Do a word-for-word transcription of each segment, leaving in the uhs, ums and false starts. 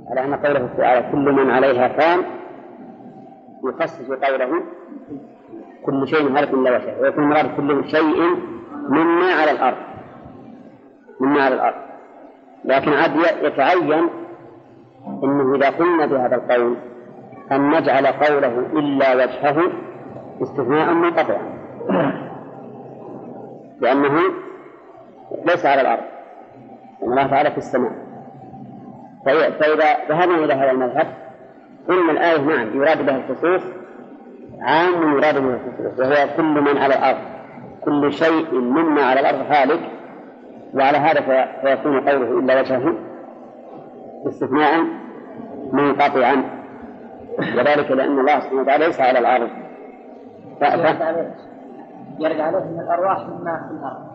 على أن قوله تعالى كل من عليها فان يخصص قوله كل شيء هالك إلا وجهه، ويكون مراد كل شيء مما على الأرض مما على الأرض. لكن عاد يتعين إنه إذا قلنا بهذا القول أن نجعل قوله إلا وجهه استثناء منقطعا، لأنه ليس على الأرض، الله تعالى في السماء. فإذا ذهبنا إلى هذا المذهب قلنا الآية نعم يراد بها الخصوص عام يراد بها الخصوص، وهو كل من على الأرض، كل شيء مما على الأرض هالك، وعلى هذا فيكون قوله إلا وجهه استثناء منقطعا، وذلك لأن الله سبحانه وتعالى ليس على الأرض. يرجع عليه من الأرواح مما في الأرض.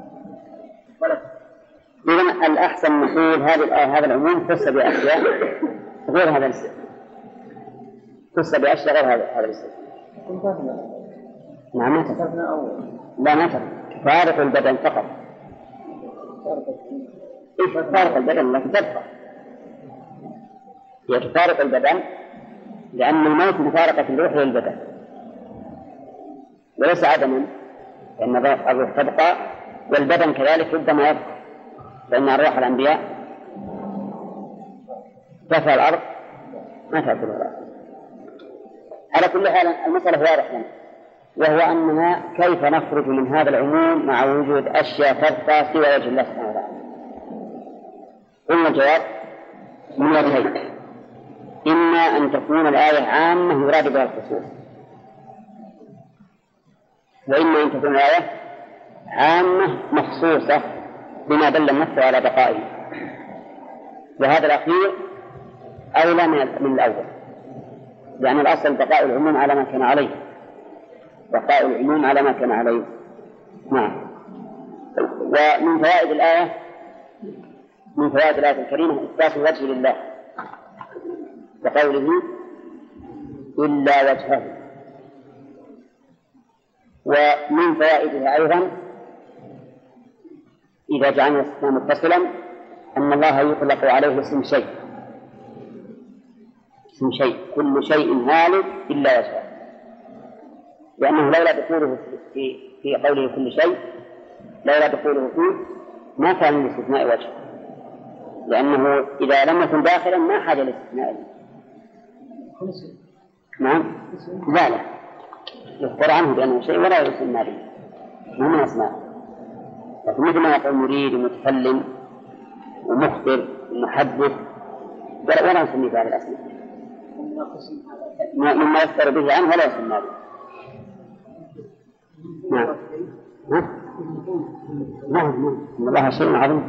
إذن الأحسن نقول هذه الآية هذا العموم خص بأشياء غير هذا الاستثناء، خص بأشياء غير هذا هذا الاستثناء. نعم لا ما فارق البدن فقط. إيش فارق البدن؟ لكن تبقى هي تفارق البدن، لأن الموت مفارقة الروح للبدن وليس عدما، لأن الروح تبقى والبدن كذلك ربما يبقى، لأن أرواح الأنبياء تفعل الأرض ما تأكل الأرض. على كل حال المسألة واضحة، وهو أننا كيف نخرج من هذا العموم مع وجود أشياء تبقى سوى وجه الله سبحانه وتعالى. قلنا الجواب من وجهين: إما أن تكون الآية عامة يراد بها الخصوص، وإما أن تكون الآية عامة مخصوصة بما دل النص على بقائه، وهذا الأخير أولى من الأول، لأن الأصل بقاء العموم على ما كان عليه، بقاء العموم على ما كان عليه. نعم. ومن فوائد الآية من فوائد الآية الكريمة إثبات الوجه لله وقوله إلا وجهه. ومن فوائدها أيضا إذا جعلنا الاستثناء متصلا أن الله يطلق عليه اسم شيء، اسم شيء كل شيء هالك إلا وجهه، لأنه لولا دخوله في في قوله كل شيء لولا دخوله فيه ما كان الاستثناء وجه، لأنه إذا لم يكن داخلا ما حاجة للاستثناء. نعم لا لا يخبر عنه بأنه شيء ولا يسمى به من أسماء، لكن مثل ما يقول مريد ومتكلم ومخبر ومحدث ولا نسمي بهذه الأسماء، مما يخبر به عنه ولا يسمى به. نعم ها؟ نعم إن الله شيء عظيم.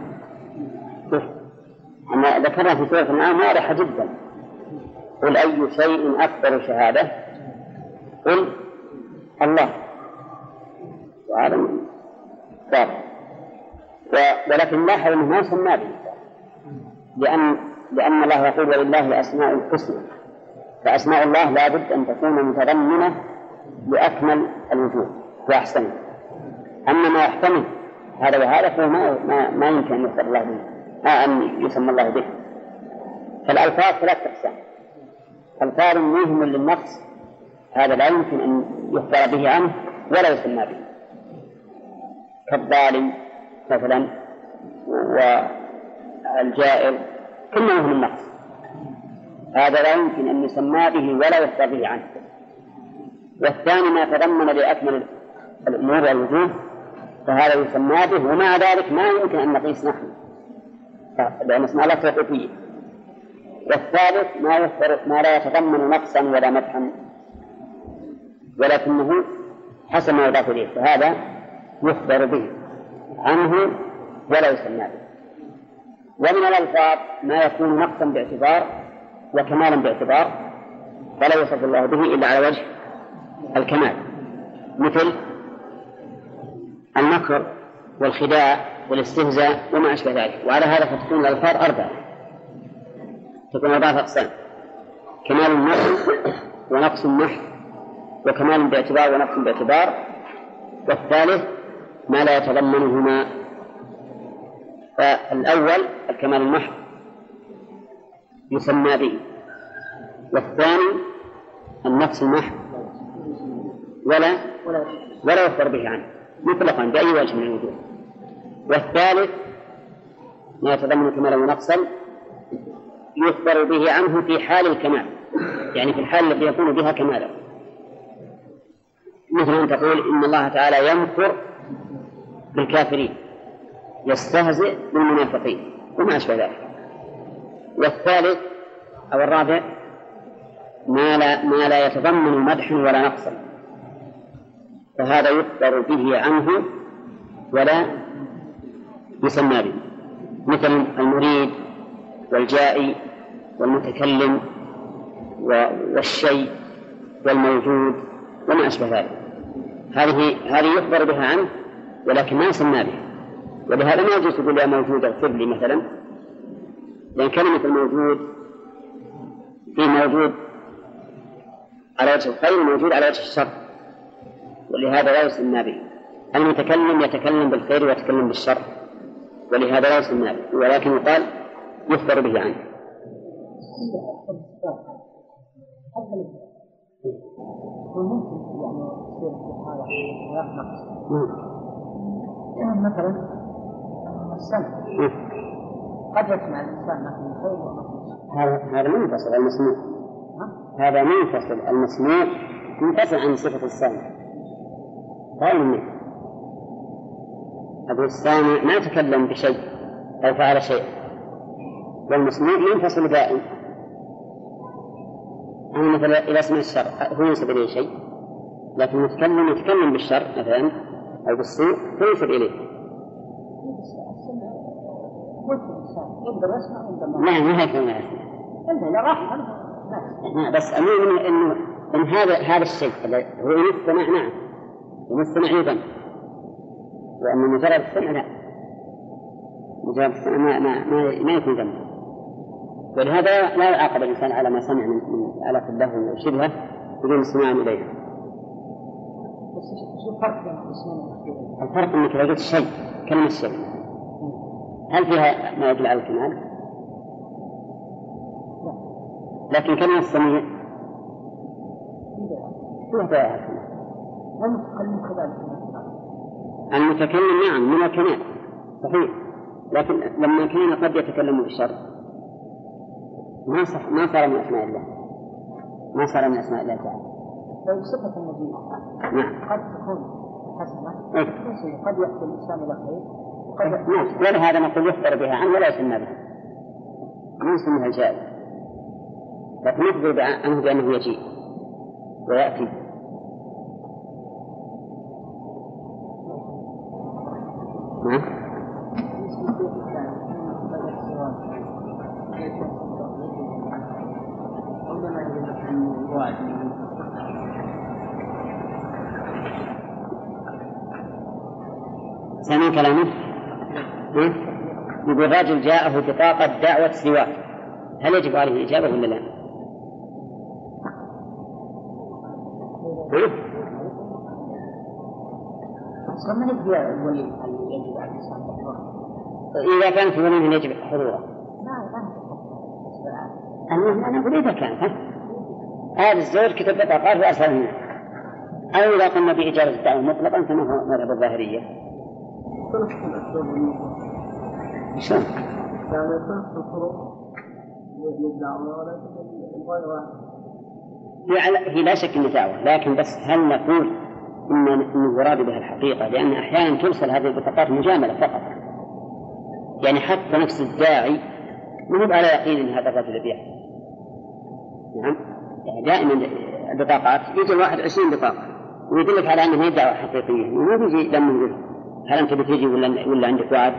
أما ذكرنا في سورة الأنعام واضحة جدا: قل أي شيء أكبر شهادة؟ قل الله. وهذا واضح، ولكن لا حول ما سمى به، لأن لأن الله يقول ولله الأسماء الحسنى، فأسماء الله لا بد أن تكون متضمنة لأكمل الوجوه وأحسنه. أما ما يحتمل هذا وهذا فهو ما ما, ما يمكن أن يذكر الله به، ما أن يسمى الله به. فالألفاظ ثلاث أقسام: ألفاظ مهم للنقص هذا لا يمكن أن يخبر به عنه ولا يسمى به، كالظالم مثلا والجائر كلهم من النقص، هذا لا يمكن أن يسمى به ولا يخبر به عنه. والثاني ما تضمن لأكمل الأمور والوجوه فهذا يسمى به، ومع ذلك ما يمكن أن نقيس نحن لأن اسم الله توقيفية. والثالث ما يخبر ما لا يتضمن نقصا ولا مدحا ولكنه حسب ما يضاف إليه، فهذا يخبر به عنه ولا يسمى به. ومن الألفاظ ما يكون نقصا باعتبار وكمالا باعتبار فلا يوصف الله به إلا على وجه الكمال، مثل المكر والخداع والاستهزاء وما أشبه ذلك. وعلى هذا فتكون الألفاظ أربعة، تكون أربعة أقسام: كمال النقص ونقص النحو وكمال باعتبار ونقص باعتبار، والثالث ما لا يتضمنهما. فالأول الكمال النحو يسمى به، والثاني النفس المحض ولا ولا يخبر به عنه مطلقا بأي وجه من الوجوه. والثالث ما يتضمن كمالا ونقصا يخبر به عنه في حال الكمال، يعني في الحال التي يكون بها كمالا، مثل أن تقول إن الله تعالى يمكر بالكافرين، يستهزئ بالمنافقين وما أشبه ذلك. والثالث أو الرابع ما لا, ما لا يتضمن مدحا ولا نقصا، فهذا يخبر به عنه ولا يسمى به، مثل المريد والجائي والمتكلم والشيء والموجود وما أشبه ذلك. هذه هذه يخبر بها عنه ولكن ما يسمى به. ولهذا ما يجوز تقول يا موجود اغفر لي مثلا، لأن كلمة الموجود في موجود على وجه الخير وموجود على وجه الشر، ولهذا لا يسمى به. المتكلم يتكلم بالخير ويتكلم بالشر، ولهذا لا يسمى به، ولكن يقال يخبر به عنه. وممكن يعني يصير هذا ثلاث نقص. يعني مثلا السمع قد يسمع الإنسان ما في خير وما في هذا هذا منفصل المسموع، هذا منفصل المسموع منفصل عن صفة السامع. قال منه أبو السامع ما تكلم بشيء أو فعل شيء، والمسموع منفصل دائم. أنا مثلا إذا سمع الشر هو ينسب إليه شيء، لكن المتكلم يتكلم بالشر مثلا أو بالسوء فينسب إليه. نعم ما هيك ما هيك بس أمين إنه إن هذا هذا الشيء هو يستمع، نعم يستمع أيضا، وأن مجرد السمع لا، مجرد السمع ما ما ما, ما يكون ذنبا. ولهذا لا يعاقب الإنسان على ما سمع من آلات له وشبهه بدون استماع إليه. الفرق أنك لو قلت شيء كلمة شيء هل فيها ما يدل على الكمال؟ لكن كلمة السميع فيها دلالة على الكمال. المتكلم نعم من الكمال صحيح، لكن لما كان قد يتكلم بالشر ما صح ما صار من أسماء الله، ما صار من أسماء الله تعالى. صفة النبي نعم قد تكون حسنة إيه؟ قد يحصل الإنسان إلى خير وقد نعم، ولهذا نقول يخبر بها عنه ولا يسمى بها، ما يسميها الجائز، لكن نخبر عنه بأنه يجيء ويأتي. نعم سامع كلامه؟ يقول رجل جاءه بطاقة دعوة سواك، هل يجب عليه الإجابة ولا لا؟ إذا كان في وليه يجب حضوره. أنا أقول إذا كان هذا الزوج كتب بطاقات وأرسلها، أو إذا قمنا بإجابة الدعوة مطلقا كما هو مذهب الظاهرية. شو؟ هي لا شك أن دعوة، لكن بس هل نقول إن المراد بها الحقيقة؟ لأن أحيانا ترسل هذه البطاقات مجاملة فقط، يعني حتى نفس الداعي ما هو على يقين أن هذا الرجل يبيع. نعم يعني دائما البطاقات يجي واحد عشرين بطاقة ويدلك على أنها دعوة حقيقية، وما بيجي لما يقول هل أنت بتيجي ولا ولا عندك وعد؟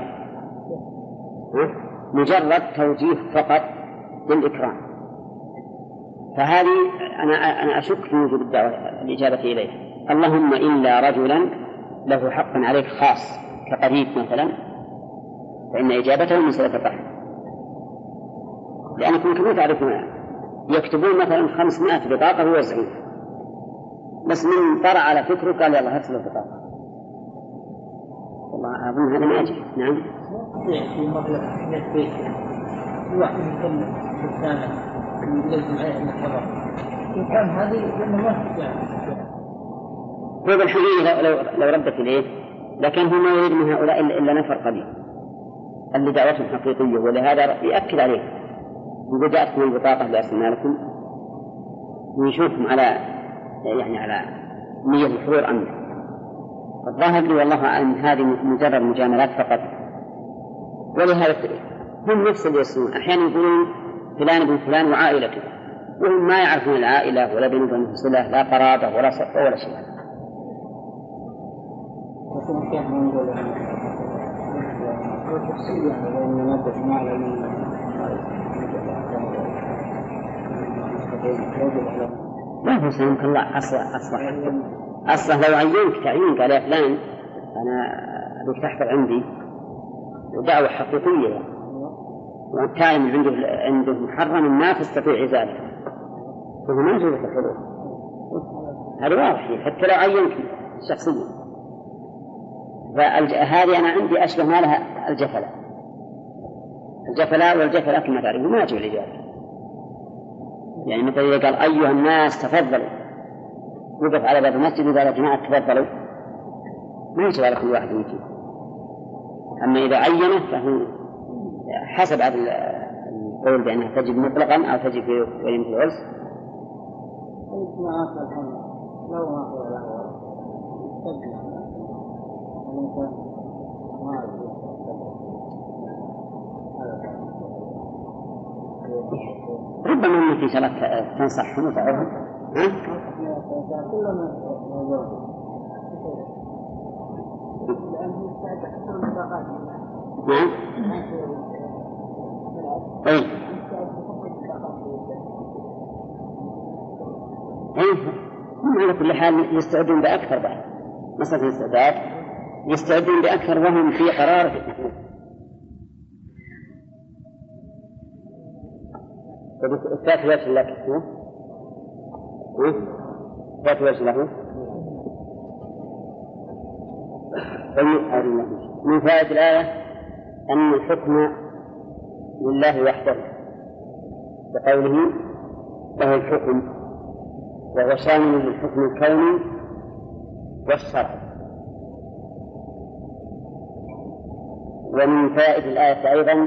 مجرد توجيه فقط للإكرام. فهذه أنا أنا أشك في وجود الدعوة الإجابة إليها، اللهم إلا رجلا له حق عليك خاص كقريب مثلا، فإن إجابته من صلة الرحم، لأنكم كما تعرفون يكتبون مثلا خمسمائة بطاقة ويوزعون، بس من طرع على فكره قال يلا هات له بطاقة. والله أظن هذا ما يجي. نعم في مبلغ من البيت واحد يتكلم بالثاني يلزم عليه أن يتحرر وكان هذه لأنه ما يعني هو بالحقيقة لو لو ردت إليه لكن هو ما يريد من هؤلاء إلا نفر قليل اللي دعوتهم حقيقية، ولهذا يأكد عليه إذا جاءتكم البطاقة لأرسلنا لكم ويشوفكم على يعني على نية الحضور أم لا. الظاهر لي والله أعلم هذه مجرد مجاملات فقط، ولهذا هم نفس اللي يسمون أحيانا يقولون فلان ابن فلان وعائلته وهم ما يعرفون العائلة ولا بينهم وبين صلة لا قرابة ولا صفة ولا شيء. لكن كيف نقول هو تفسير يعني لأن مادة معنى من ما هو سلمك الله أصلا أصلا أصلا لو عينك تعيين قال يا فلان أنا أبيك تحضر عندي ودعوة حقيقية يعني. والتائم عنده عنده محرم ما تستطيع إزالته فهو ما يجوز الحضور. هذا واضح حتى لو عينك شخصيا. فهذه أنا عندي أشبه ما لها الجفلة الجفلة والجفلة كما تعرفون ما يجوز الإجابة. يعني مثلا إذا قال أيها الناس تفضلوا وقف على باب المسجد وقال يا جماعة تفضلوا ما يجب على كل واحد يجي. أما إذا عينه فهو حسب هذا القول بأنها تجب مطلقا أو تجب في وليمة العرس. ربما أنك إن شاء الله تنصحهم وتعرفهم. نعم. أي. أي. هم على كل حال يستعدون بأكثر بعد مسألة الاستعداد يستعدون بأكثر وهم في قرار. الثالث وجه لك الثالث وجه له من فائدة الآية أن الحكم لله وحده بقوله له الحكم وهو شامل للحكم الكوني والشرعي. ومن فائدة الآية أيضا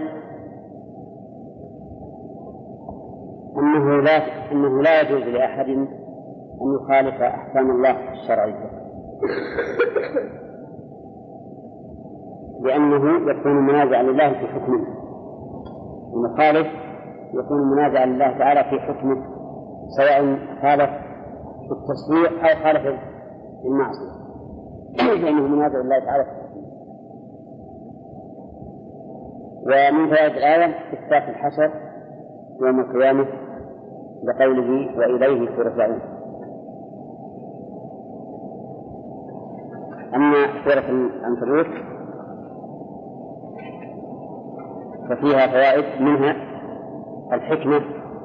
أنه لا أنه لا يجوز لأحد أن يخالف أحكام الله الشرعية لأنه يكون منازعا لله في حكمه. المخالف يكون منازعا لله تعالى في حكمه سواء خالف في التشريع أو خالف في المعصية لأنه منازع لله تعالى في حكمه. ومن فوائد الآية إثبات الحشر يوم القيامة بقوله وإليه ترجعون. أما سورة العنكبوت ففيها فوائد منها الحكمة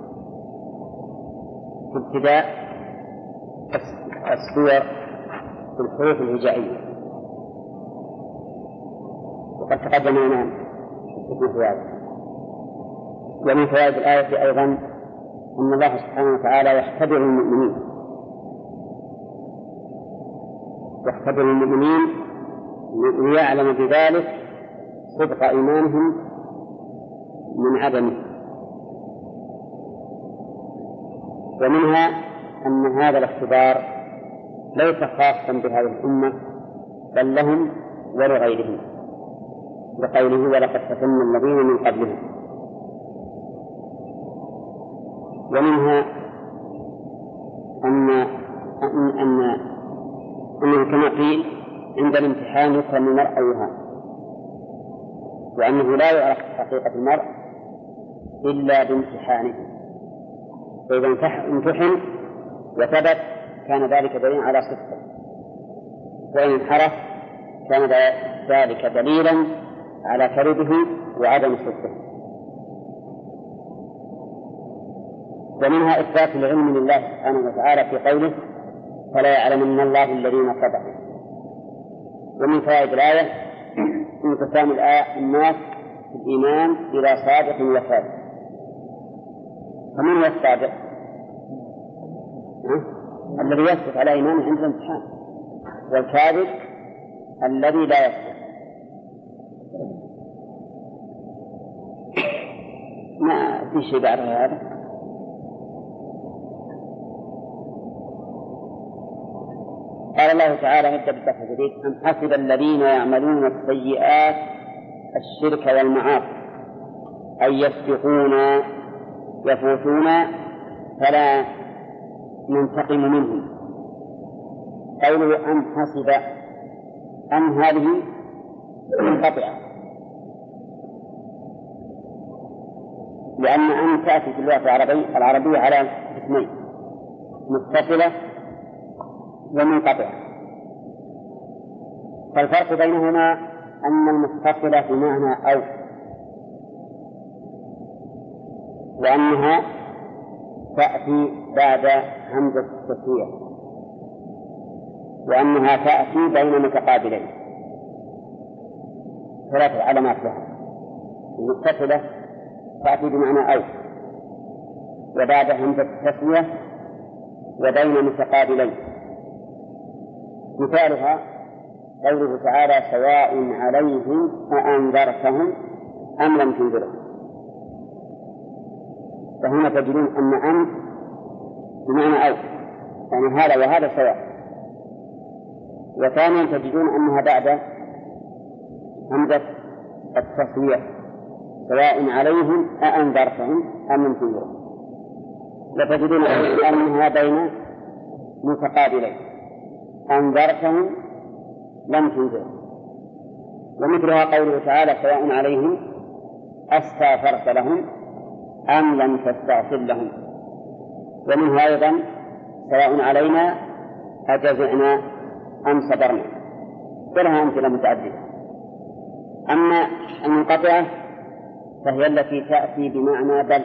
في ابتداء السور في الحروف الهجائية وقد تقدم لنا الحكمة في هذا. ومن فوائد الآية أيضا أن الله سبحانه وتعالى يختبر المؤمنين يختبر المؤمنين ليعلم بذلك صدق إيمانهم من عدمه. ومنها أن هذا الاختبار ليس خاصا بهذه الأمة بل لهم ولغيرهم بقوله ولقد فتنا الذين من قبلهم. ومنها أن أن أن أنه كما قيل عند الامتحان يكرم المرء أيها وأنه لا يعرف حقيقة المرء إلا بامتحانه. فإذا امتحن وثبت كان ذلك دليلا على صدقه وإن انحرف كان ذلك دليلا على كذبه وعدم صدقه. ومنها إثبات العلم لله سبحانه وتعالى في قوله فلا يعلمن الله الذين صدقوا. ومن فوائد الآية انقسام الآية الناس في الإيمان إلى صادق وكاذب فمن هو الصادق؟ الذي يثبت على إيمانه عند الامتحان، والكاذب الذي لا يثبت. ما في شيء بعد هذا. قال الله تعالى مدة بالتحذير: أم حسب الذين يعملون السيئات الشرك والمعاصي أن يسبقونا يفوتونا فلا ننتقم منهم. قوله أم حسب، أم هذه منقطعة، لأن أم تأتي في اللغة العربية العربية على اسمين: متصلة ومنقطعة. فالفرق بينهما أن المتصلة بمعنى أو، وأنها تأتي بعد همزة التسوية، وأنها تأتي بين متقابلين. ثلاثة علامات لها: المتصلة تأتي بمعنى أو، وبعد همزة التسوية، وبين متقابلين. مثالها قوله تعالى: سواء عليهم أأنذرتهم أم لم تنذرهم. فهنا تجدون أن أم بمعنى أو، يعني هذا وهذا سواء. وثانيا تجدون أنها بعد همزة التسوية: سواء عليهم أأنذرتهم أم لم تنذرهم. وتجدون أنها بين متقابلين: أنذرتهم لم تنذرهم. ومثلها قوله تعالى: سواء عليهم أستغفرت لهم أم لم تستغفر لهم. ومنها أيضا: سواء علينا أجزعنا أم صبرنا. ولها أمثلة متعددة. أما المنقطعة فهي التي تأتي بمعنى بل،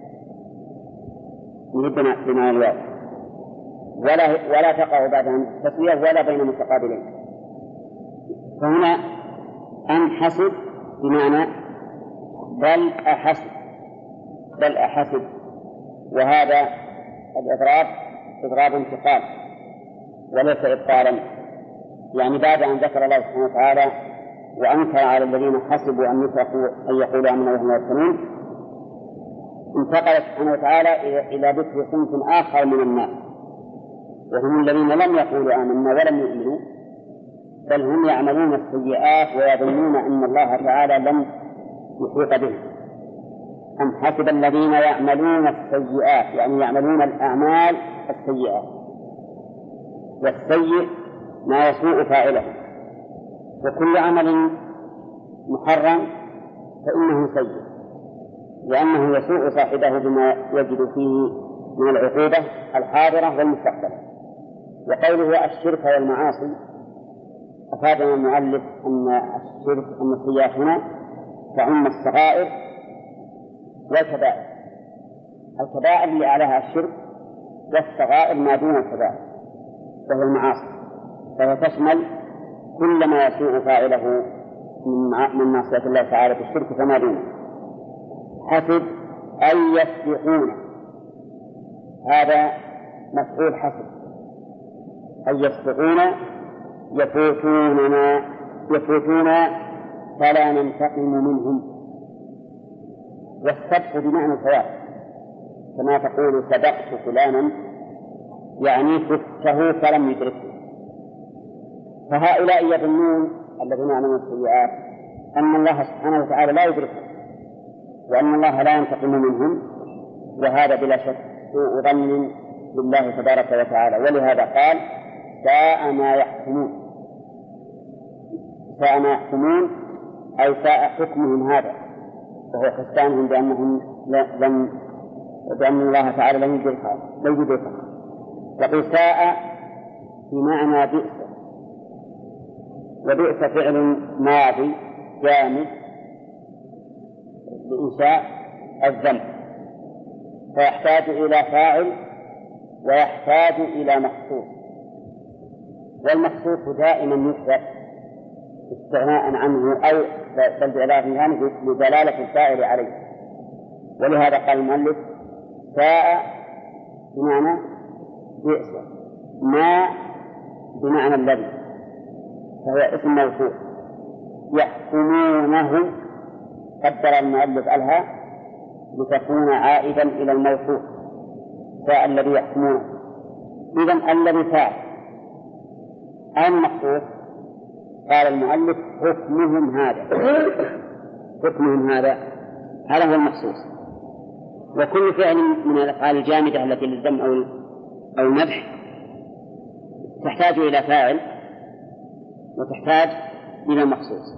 مثل بمعنى الواو، ولا ولا تقع بعد التسوية ولا بين متقابلين. فهنا أم حسب بمعنى بل أحسب، بل أحسب. وهذا الإضراب إضراب انتقال وليس إبطالا، يعني بعد أن ذكر الله سبحانه وتعالى وأنكر على الذين حسبوا أن يتركوا أن يقولوا آمنا وهم لا يفتنون، انتقل سبحانه وتعالى إلى ذكر صنف آخر من الناس، وهم الذين لم يقولوا آمنا ولم يؤمنوا، بل هم يعملون السيئات ويظنون أن الله تعالى لم يحيط بهم. أم حسب الذين يعملون السيئات، يعني يعملون الأعمال السيئات، والسيء ما يسوء فاعله، وكل عمل محرم فإنه سيء، لأنه يسوء صاحبه بما يجد فيه من العقوبة الحاضرة والمستقبلة. وقوله الشرك والمعاصي أفادنا المؤلف أن الشرك أن السيئات هنا تعم الصغائر والكبائر. الكبائر اللي أعلاها الشرك، والصغائر ما دون الكبائر وهو المعاصي، فهي تشمل كل ما يسوء فاعله من معصية الله تعالى في الشرك فما دونه. حسب أن يسبقون، هذا مفعول حسب. أن يسبقون يفوتوننا يفوتونا فلا ننتقم منهم. والسبق بمعنى الفوات، كما تقول سبقت فلانا يعني فته فلم يدركه. فهؤلاء يظنون الذين يعملون السيئات أن الله سبحانه وتعالى لا يدركهم، وأن الله لا ينتقم منهم، وهذا بلا شك سوء ظن بالله تبارك وتعالى. ولهذا قال: ساء ما يحكمون. ساء ما يحكمون أي ساء حكمهم هذا، وهو حسانهم بأنهم لم بأن الله تعالى لم يدركهم. يقول ساء بمعنى بئس، وبئس فعل ماضي جامد لإنشاء الذنب، فيحتاج إلى فاعل ويحتاج إلى مخصوص، والمخصوص دائما يحدث استغناء عنه أو بل بإضافة عنه لدلالة الفاعل عليه. ولهذا قال المؤلف: ساء بمعنى بئس، ما بمعنى الذي، فهو اسم موصول. يحكمونه قدر المؤلف ألها لتكون عائدا إلى الموصول، ساء الذي يحكمونه. إذن الذي فعل أين مخصوص؟ قال المؤلف حكمهم هذا، حكمهم هذا هذا هو المخصوص. وكل فعل من الأفعال الجامدة التي للذم أو أو المدح تحتاج إلى فاعل وتحتاج إلى مخصوص.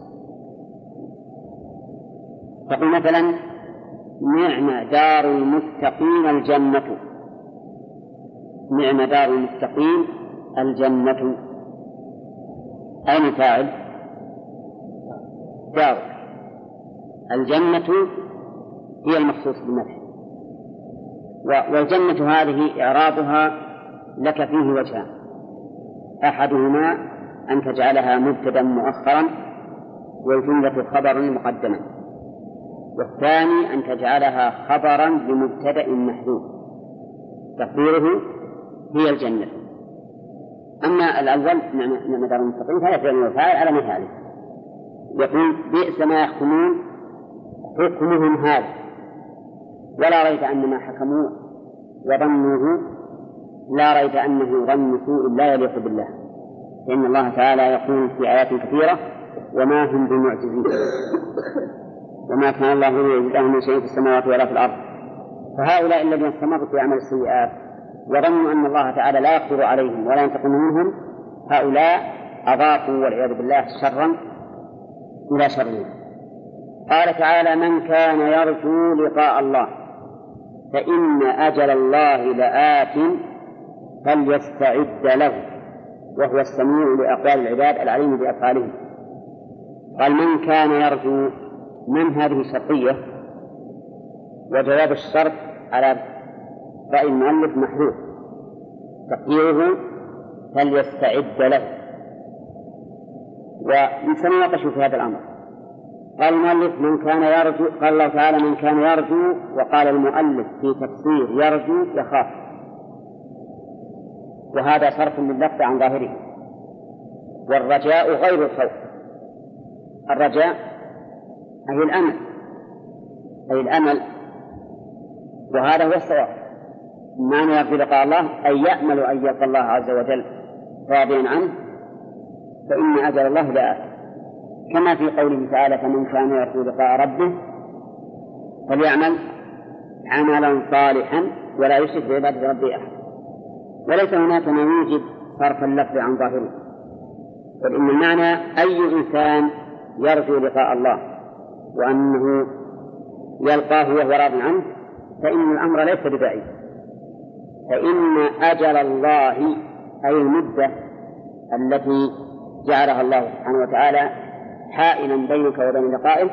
تقول مثلا نعم دار المتقين الجنة، نعم دار المتقين الجنة، أين فاعل؟ دار. الجنة هي المخصوص بالمدح. والجنة هذه إعرابها لك فيه وجهان: أحدهما أن تجعلها مبتدأ مؤخرا والجملة خبرا مقدما، والثاني أن تجعلها خبرا لمبتدأ محذوف تقديره هي الجنة. أما الأول نعم دار المتقين فهي فعل وفاعل على مثاله. يقول بئس ما يحكمون حكمهم هذا، ولا ريب أن ما حكموه وظنوه لا ريب أنه ظن سوء لا يليق بالله، لأن الله تعالى يقول في آيات كثيرة وما هم بمعجزين وما كان الله ليعجزهم من شيء في السماوات ولا في الأرض. فهؤلاء الذين استمروا في عمل السيئات وظنوا أن الله تعالى لا يقدر عليهم ولا ينتقم منهم، هؤلاء أضافوا والعياذ بالله شرا إلى شرهم. قال تعالى من كان يرجو لقاء الله فإن أجل الله لآت فليستعد له وهو السميع لأقوال العباد العليم بأفعالهم. قال من كان يرجو، من هذه شرطية، وجواب الشرط على رأي المؤلف محذوف تقديره فليستعد له. وسنناقش في هذا الأمر. قال المؤلف من كان يرجو، قال الله تعالى من كان يرجو، وقال المؤلف في تفسير يرجو يخاف، وهذا صرف لللفظ عن ظاهره. والرجاء غير الخوف، الرجاء أي الأمل، أي الأمل، وهذا هو الصواب. معنى يرجو لقاء الله أي يأمل أن يلقى الله عز وجل راضيا عنه، فإن أجل الله لآت، كما في قوله تعالى فمن كان يرجو لقاء ربه فليعمل عملا صالحا ولا يشرك بعبادة ربه أحد. وليس هناك ما يوجب صرف اللفظ عن ظاهره، بل إن المعنى أي إنسان يرجو لقاء الله وأنه يلقاه وهو راض عنه فإن الأمر ليس ببعيد. فإن أجل الله أي المدة التي جعلها الله سبحانه وتعالى حائلا بينك وبين لقائه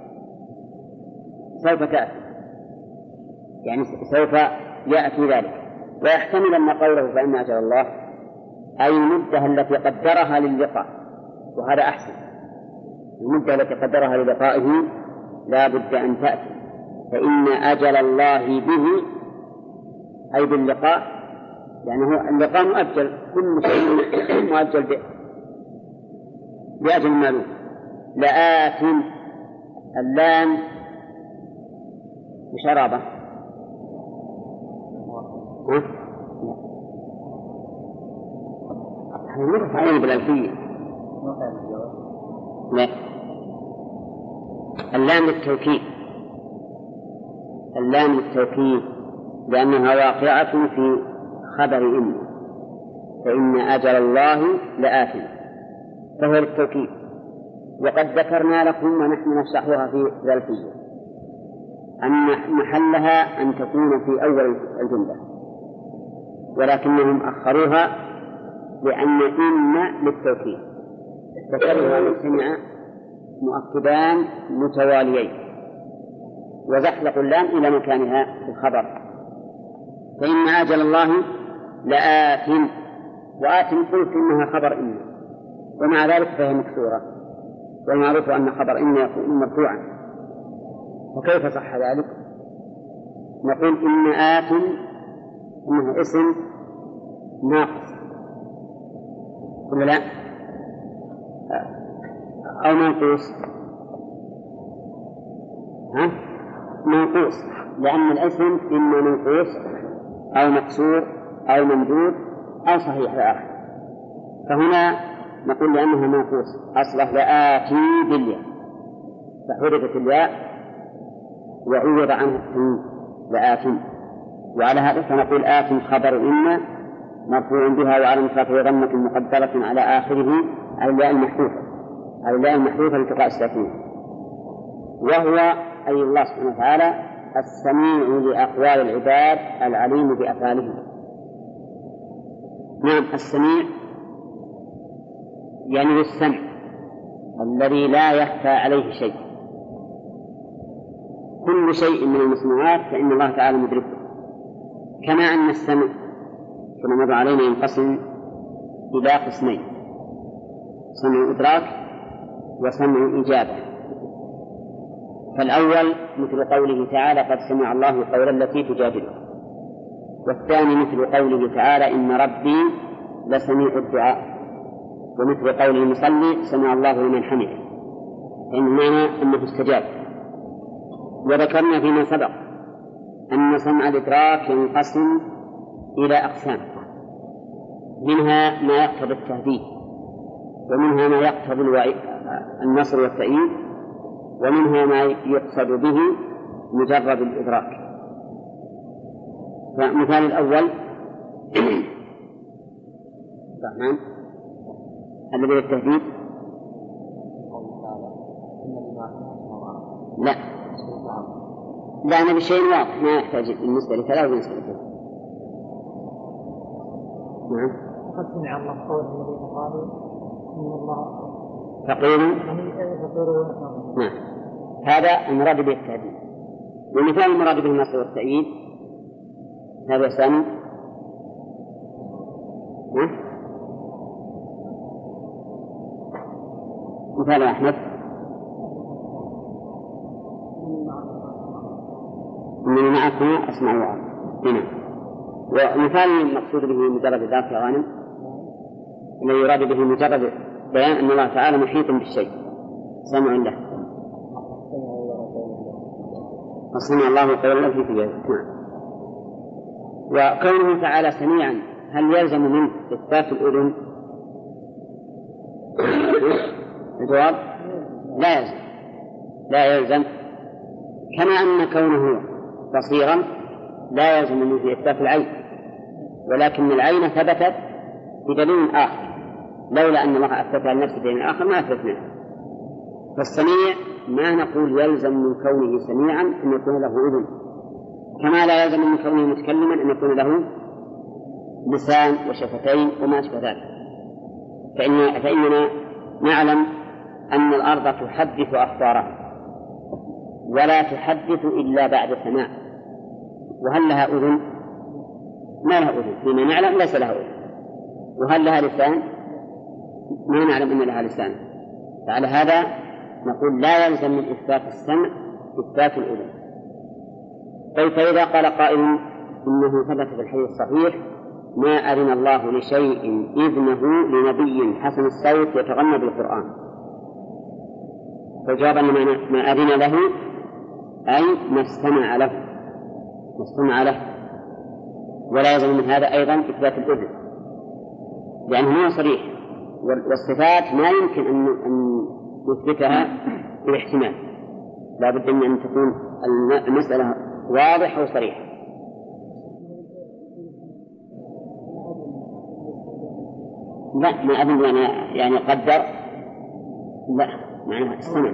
سوف تأتي، يعني سوف يأتي ذلك. ويحتمل أن قوله فإن أجل الله أي المدة التي قدرها للقاء، وهذا أحسن. المدة التي قدرها للقائه لا بد أن تأتي. فإن أجل الله به أي باللقاء، لأنه اللقاء مؤجل، كل شيء مؤجل به بأجل معلوم. لآت اللام بشرابة نرفع عليه بالألفية. لا، اللام للتوكيد، اللام للتوكيد لأنها واقعة في خبر إن، فإن أجل الله لآت فهو للتوكيد. وقد ذكرنا لكم ونحن نشرحها في الألفية أن محلها أن تكون في أول الجملة، ولكنهم أخروها لأن إن للتوكيد ذكرها مجتمع مؤكدان متواليين، وزحلق اللام إلى مكانها في الخبر. فإن أجل الله لآت، وآت قلت إنها خبر إن، ومع ذلك فهي مكسورة، والمعروف أن خبر إن يكون مرفوعا. وكيف صح ذلك؟ نقول إن آت إنه اسم ناقص ولا لا؟ أو منقوص؟ ها؟ منقوص، لأن الاسم إما منقوص أو مكسور أو ممدود أو صحيح الآخر، فهنا نقول لأنه منقوص أصله لآتي بالياء فحركت الياء وعوض عنه التنوين لآتي، وعلى هذا فنقول آت خبر إما مرفوع بها وعلى رفعه ضمة مقدرة على آخره على الياء المحذوفة على الياء المحذوفة لالتقاء الساكنين، وهو أي الله سبحانه وتعالى السميع لأقوال العباد العليم بأفعالهم. نعم، السميع يعني السمع الذي لا يخفى عليه شيء، كل شيء من المسموعات فإن الله تعالى مدركه، كما أن السمع كما مر علينا ينقسم إلى قسمين: سمع إدراك وسمع إجابة. فالأول مثل قوله تعالى: قد سمع الله قول التي تجادلك، والثاني مثل قوله تعالى: إن ربي لسميع الدعاء، ومثل قول المصلي: سمع الله لمن حمده، فإن معنى أنه استجاب. وذكرنا فيما سبق أن سمع الإدراك ينقسم إلى أقسام، منها ما يقتضي التهديد، ومنها ما يقتضي النصر والتأييد، ومنها ما يقصد به مجرد الإدراك. فمثال الأول الرحمن الذي للتهديد لا لا أنا بشيء واضح ما يحتاج بالنسبة لكذا وبالنسبة لكذا. نعم. قد سمع الله قول الذين قالوا إن الله فقير. فقير. نعم، هذا المراد به التهديد. ومثال المراد به النصر والتأييد هذا ثاني. نعم. مثال أحمد من معكم أسمع وأرى هنا. ومثال المقصود به مجرد ذات غانم الذي يراد به مجرد بيان أن الله تعالى محيط بالشيء سمع له. فسمع الله قول التي تجادلك. نعم. وكونه تعالى سميعا هل يلزم منه إثبات الأذن؟ الجواب لا يلزم، لا يلزم. كما أن كونه بصيرا لا يلزم منه إثبات العين، ولكن العين ثبتت بدليل آخر، لولا أن الله أثبتها لنفسه بدليل آخر ما أثبتناه. فالسميع ما نقول يلزم من كونه سميعا أن يكون له أذن، كما لا يلزم من كونه متكلما أن يكون له لسان وشفتين وما أشبه ذلك. فإن فإننا نعلم أن الأرض تحدث أخبارها ولا تحدث إلا بعد سماع. وهل لها أذن؟ ما لها أذن، فيما نعلم ليس لها أذن. وهل لها لسان؟ ما نعلم أن لها لسان. فعلى هذا نقول لا يلزم من إثبات السمع إثبات الأذن. طيب فإذا قال قائل إنه ثبت في الحديث الصحيح: ما أذن الله لشيء إذنه لنبي حسن الصوت يتغنى بالقرآن، فالجواب أن ما أذن له أي ما استمع له ما استمع له ولا يلزم من هذا أيضا إثبات الأذن، لأنه ما صريح. والصفات ما يمكن أن نثبتها بالاحتمال، لا بد من أن تكون المسألة واضحة وصريحة. لا، ما أذن يعني يعني قدر، لا معناها استمع.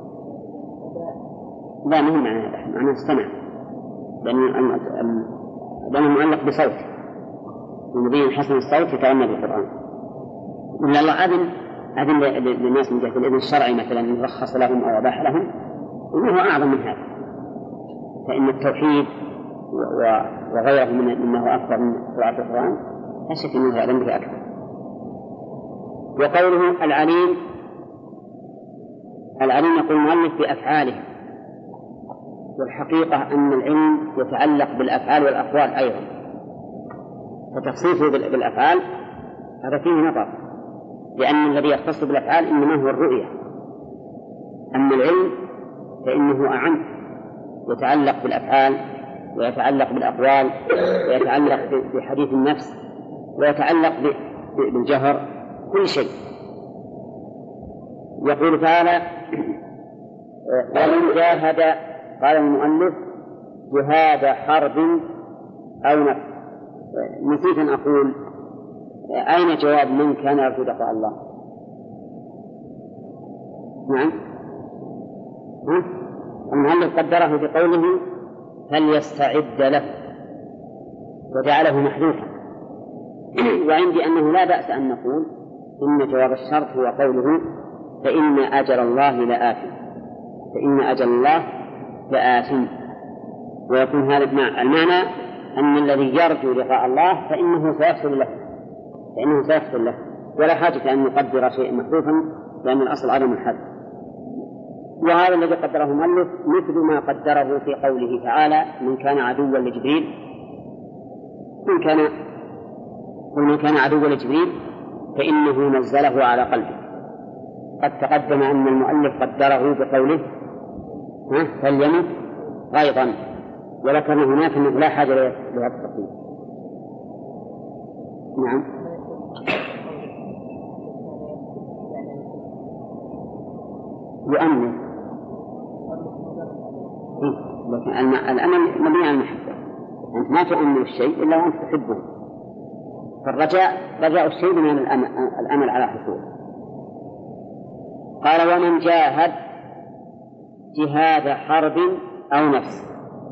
لا ما هو معناها هذا، معناها استمع، لأنه معلق بصوت النبي حسن الصوت يتغنى بالقرآن. إن الله أذن أذن للناس من جهة الإذن الشرعي مثلا رخص لهم أو أباح لهم، وهو أعظم من هذا. فإن التوحيد وغيره منه أكثر من قراءة القرآن لا شك أنه يعلم به أكثر. وقوله العليم، العليم يقول المؤلف بأفعاله، والحقيقة أن العلم يتعلق بالأفعال والأقوال أيضا، فتخصيصه بالأفعال هذا فيه نظر، لأن الذي يختص بالأفعال إنما هو الرؤية، أما العلم فإنه أعم، يتعلق بالأفعال ويتعلق بالأقوال ويتعلق بحديث النفس ويتعلق بالجهر، كل شيء. يقول تعالى: ومن جاهد، قال المؤلف: جهاد حرب أو نفس. نسيت أن أقول أين جواب من كان يرجو لقاء الله؟ نعم، المؤلف قدره بقوله: فليستعد له، وجعله محذوفا. وعندي أنه لا بأس أن نقول إن جواب الشرط هو قوله: فإن أجل الله لآت، فإن أجل الله لآت، ويكون هذا المعنى أن الذي يرجو لقاء الله فإنه سيحصل له، فإنه سيحصل له، ولا حاجة أن نقدر شيئا محذوفا، لأن الأصل عدم الحذف. وهذا الذي قدره المؤلف مثل ما قدره في قوله تعالى: من كان عدوا لجبريل، من كان ومن كان عدوا لجبريل فإنه نزله على قلبه. قد تقدم أن المؤلف قدره بقوله: فليمت غيظا، ولكن هناك أنه لا حاجة لهذا التقديم. نعم، يؤمن، لكن الأمل مبني على المحبة، أنت ما تؤمن الشيء إلا وأنت تحبه، فالرجاء رجاء الشيء من الأمل على حصوله. قال: ومن جاهد جهاد حرب أو نفس.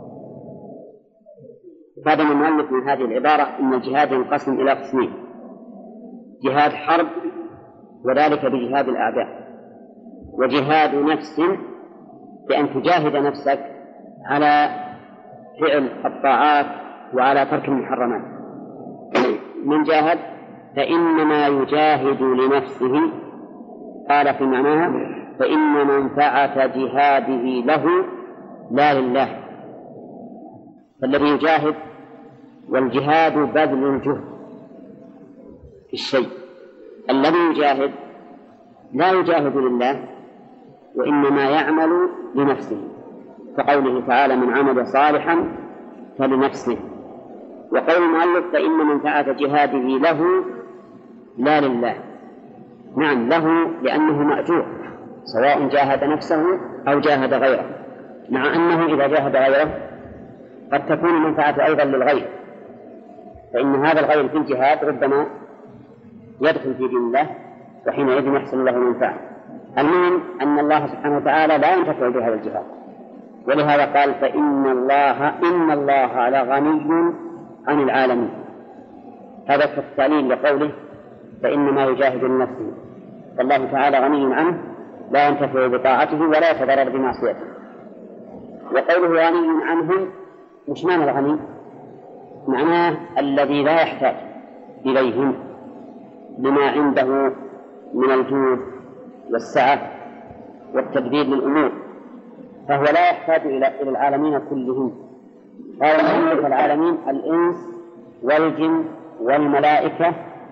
هذا من المؤلف من هذه العبارة أن الجهاد ينقسم إلى قسمين: جهاد حرب وذلك بجهاد الأعداء، وجهاد نفس بأن تجاهد نفسك على فعل الطاعات وعلى ترك المحرمات. من جاهد فإنما يجاهد لنفسه، قال في معناها: فإن منفعة جهاده له لا لله. فالذي يجاهد، والجهاد بذل الجهد في الشيء، الذي يجاهد لا يجاهد لله وإنما يعمل لنفسه، كقوله تعالى: من عمل صالحا فلنفسه. وقول المؤلف: فإن منفعة جهاده له لا لله. نعم، له لأنه مأجور، سواء جاهد نفسه أو جاهد غيره، مع أنه إذا جاهد غيره قد تكون المنفعة أيضا للغير، فإن هذا الغير في الجهاد ربما يدخل في دين الله، وحينئذ يحصل له منفعة. المهم أن الله سبحانه وتعالى لا ينتفع بهذا الجهاد، ولهذا قال: فإن الله إن الله لغني عن العالمين. هذا التعليل لقوله: فإنما يجاهد لنفسه، فالله تعالى غني عنه لا ينتفع بطاعته ولا يتضرر بمعصيته. وقوله غني عنهم، مش معنى الغني؟ معناه الذي لا يحتاج إليهم بما عنده من الجود والسعة والتدبير للأمور، فهو لا يحتاج إلى العالمين كلهم. قال المؤلف: العالمين الإنس والجن والملائكة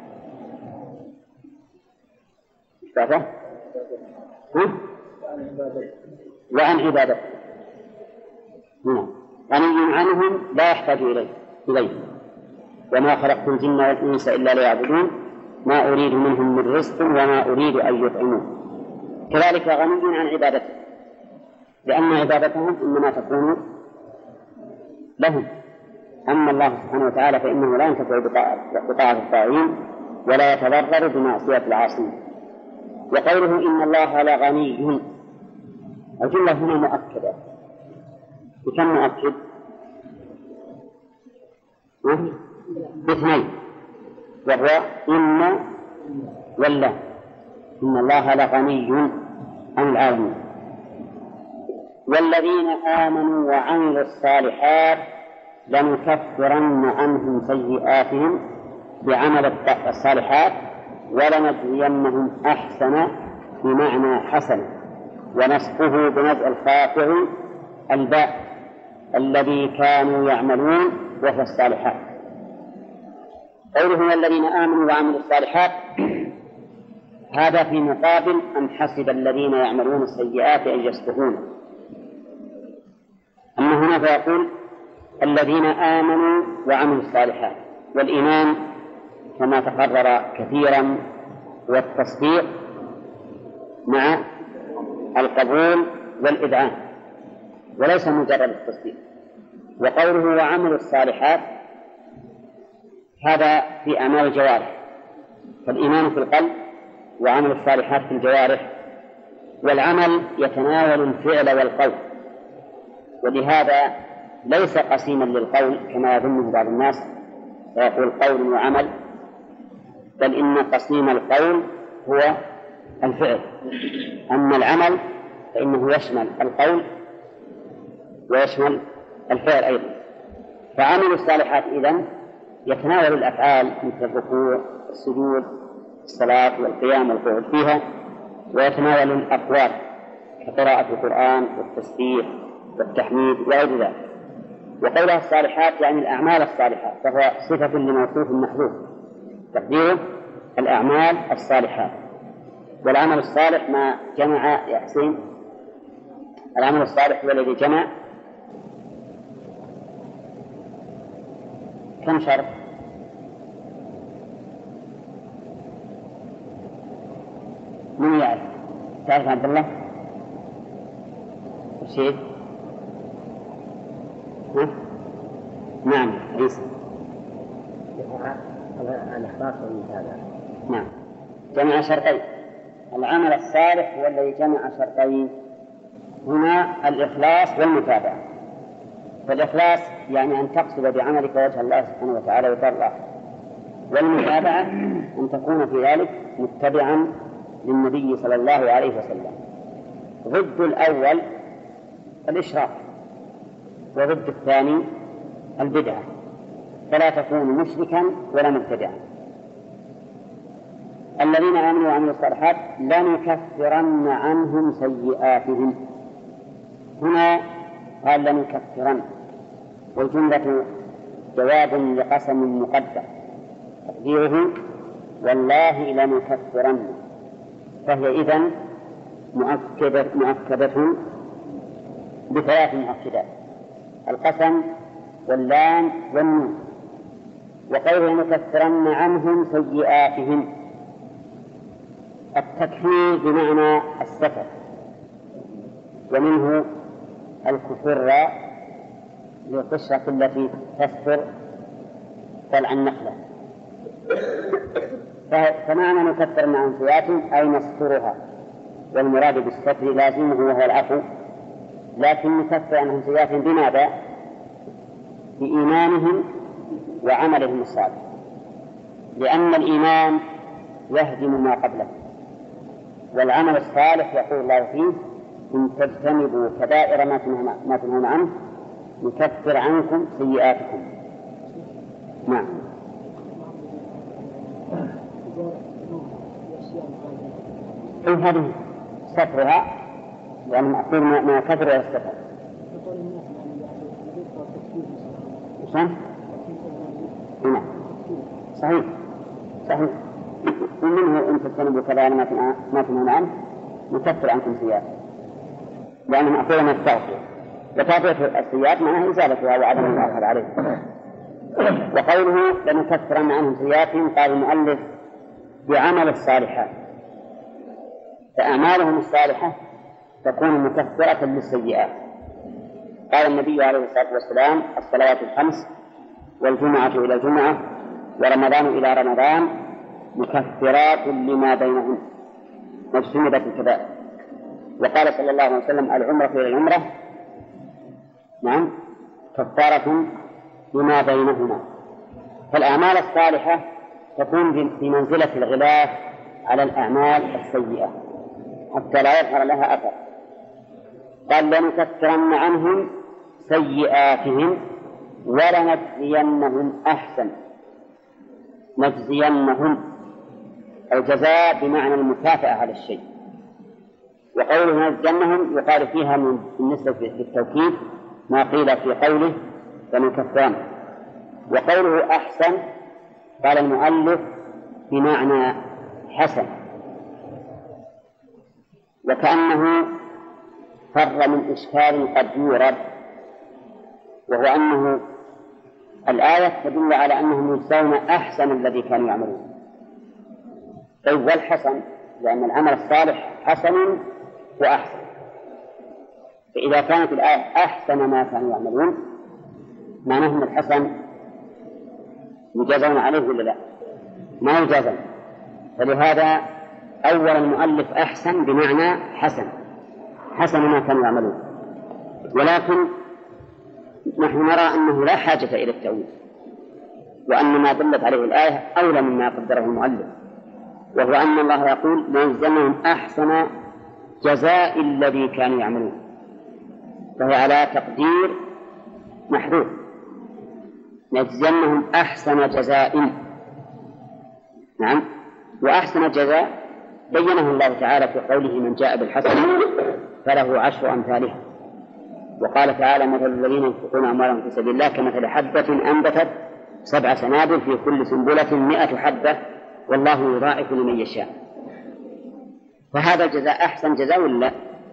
وعن عبادته. غني عنهم لا يحتاج إليه إليه وما خلقت الجن والإنس إلا ليعبدون ما أريد منهم من رزق وما أريد أن يطعمون. كذلك غني عن عبادته، لأن عبادتهم إنما تكون لهم. أما الله سبحانه وتعالى فإنه لا ينتفع بطاعة الطاغين ولا يتضرر بمعصية العاصين. وقوله: إن الله لغني، الجملة هنا مؤكدة. بكم مؤكد؟ باثنين، وهو إن ولا. إن الله لغني عن العالمين. والذين آمنوا وعملوا الصالحات لنكفرن عنهم سيئاتهم بعمل الصالحات ولنجزينهم أحسن بمعنى حسن، ونصفه بنزع الخافع الباء الذي كانوا يعملون وهو الصالحات. قوله الذين آمنوا وعملوا الصالحات هذا في مقابل أن حسب الذين يعملون السيئات أن يسبقون. أما هنا فيقول الذين آمنوا وعملوا الصالحات، والإيمان كما تقرر كثيرا والتصديق مع القبول والإذعان وليس مجرد التصديق. وقوله وعملوا الصالحات هذا في أعمال الجوارح، فالإيمان في القلب وعمل الصالحات في الجوارح، والعمل يتناول الفعل والقول، ولهذا ليس قسيما للقول كما يظنه بعض الناس ويقول قول وعمل، بل إن قسيم القول هو الفعل، أما العمل فإنه يشمل القول ويشمل الفعل أيضا. فعمل الصالحات إذن يتناول الأفعال مثل الركوع السجود الصلاة والقيام والقعود فيها، ويتناول الأقوال كقراءة القرآن والتسبيح والتحميد وغير ذلك. وقولها الصالحات يعني الأعمال الصالحات، فهو صفة لموصوف محذوف تقديره الأعمال الصالحات. والعمل الصالح ما جمع يا حسين، العمل الصالح هو الذي جمع كم شرط؟ من يعرف؟ تعرف عبد الله؟ رشيد؟ ها؟ نعم عيسى. الإخلاص والمتابعة. نعم جمع شرطين. العمل الصالح هو الذي جمع شرطين هنا، الإخلاص والمتابعة. فالإخلاص يعني أن تقصد بعملك وجه الله سبحانه وتعالى وترضى، والمتابعة أن تكون في ذلك متبعا للنبي صلى الله عليه وسلم. ضد الأول الإشراك، وضد الثاني البدعة، فلا تكون مشركا ولا مبتدعا. الذين آمنوا وعملوا الصالحات لنكفرن عنهم سيئاتهم. هنا قال لنكفرن، والجملة جواب لقسم مقدر تقديره والله لنكفرن، فهي إذن مؤكدة, مؤكدة بثلاث مؤكدات: القسم واللام والنون. وقوله لنكفرن عنهم سيئاتهم، التكفير بمعنى الستر، ومنه الكفر للقشرة التي تستر طلع النخلة. فمعنى نكفر عنهم سيئاتهم أي نسترها، والمراد بالستر لازمه وهو العفو، لكن نكفر عنهم سيئاتهم بماذا؟ بإيمانهم وعملهم الصالح، لأن الإيمان يهدم ما قبله، والعمل الصالح يقول الله فيه إن تجتنبوا كبائر ما تنهون عنه نكفر عنكم سيئاتكم. نعم. إن هذه سترها يعني معقول ما كثر يستفر. نعم صحيح صحيح. ومنه إن تجتنبوا كبائر ما تنهون عنه نكفر عنكم سيئاتكم، لأنه معقول ما التغفير، وتغفير السيئات معناها إزالتها وعدم الآخر عليه. وقوله لنكفرن عنهم سيئاتهم قال المؤلف بعمل الصالحات، فأعمالهم الصالحة تكون مكفرة للسيئات. قال النبي عليه الصلاة والسلام الصلوات الخمس والجمعة إلى الجمعة ورمضان إلى رمضان مكفرات لما بينهن واجتنبت الكبائر. وقال صلى الله عليه وسلم العمرة إلى العمرة نعم كفارة لما بينهما. فالأعمال الصالحة تكون في منزلة الغلاف على الأعمال السيئة حتى لا يظهر لها أثر. قال لنكفرن عنهم سيئاتهم ولنجزينهم أحسن. نجزينهم الجزاء بمعنى المكافأة على الشيء. وقوله نجزينهم يقال فيها من بالنسبة للتوكيد ما قيل في قوله بنو كفران. وقوله أحسن قال المؤلف بمعنى حسن، وكأنه فر من إشكال قد يورد، وهو أنه الآية تدل على أنهم يجزون أحسن الذي كانوا يعملون. طيب والحسن، لأن العمل الصالح حسن وأحسن، فإذا كانت الآية أحسن ما كانوا يعملون معناه أن الحسن يجازون عليه ولا لا؟ ما يجازون. فلهذا أول المؤلف أحسن بمعنى حسن، حسن ما كانوا يعملون. ولكن نحن نرى أنه لا حاجة إلى التأويل، وأن ما دلت عليه الآية أولى مما قدره المؤلف، وهو أن الله يقول ليجزيهم أحسن جزاء الذي كانوا يعملون، فهي على تقدير محذوف، ليجزيهم أحسن جزاء. نعم. وأحسن جزاء بينه الله تعالى في قوله من جاء بالحسنة فله عشر أمثالها. وقال تعالى مثل الذين ينفقون أموالهم في سبيل الله كمثل حبة أنبتت سبع سنابل في كل سنبلة مئة حبة والله يضاعف لمن يشاء. فهذا الجزاء أحسن جزاء ولا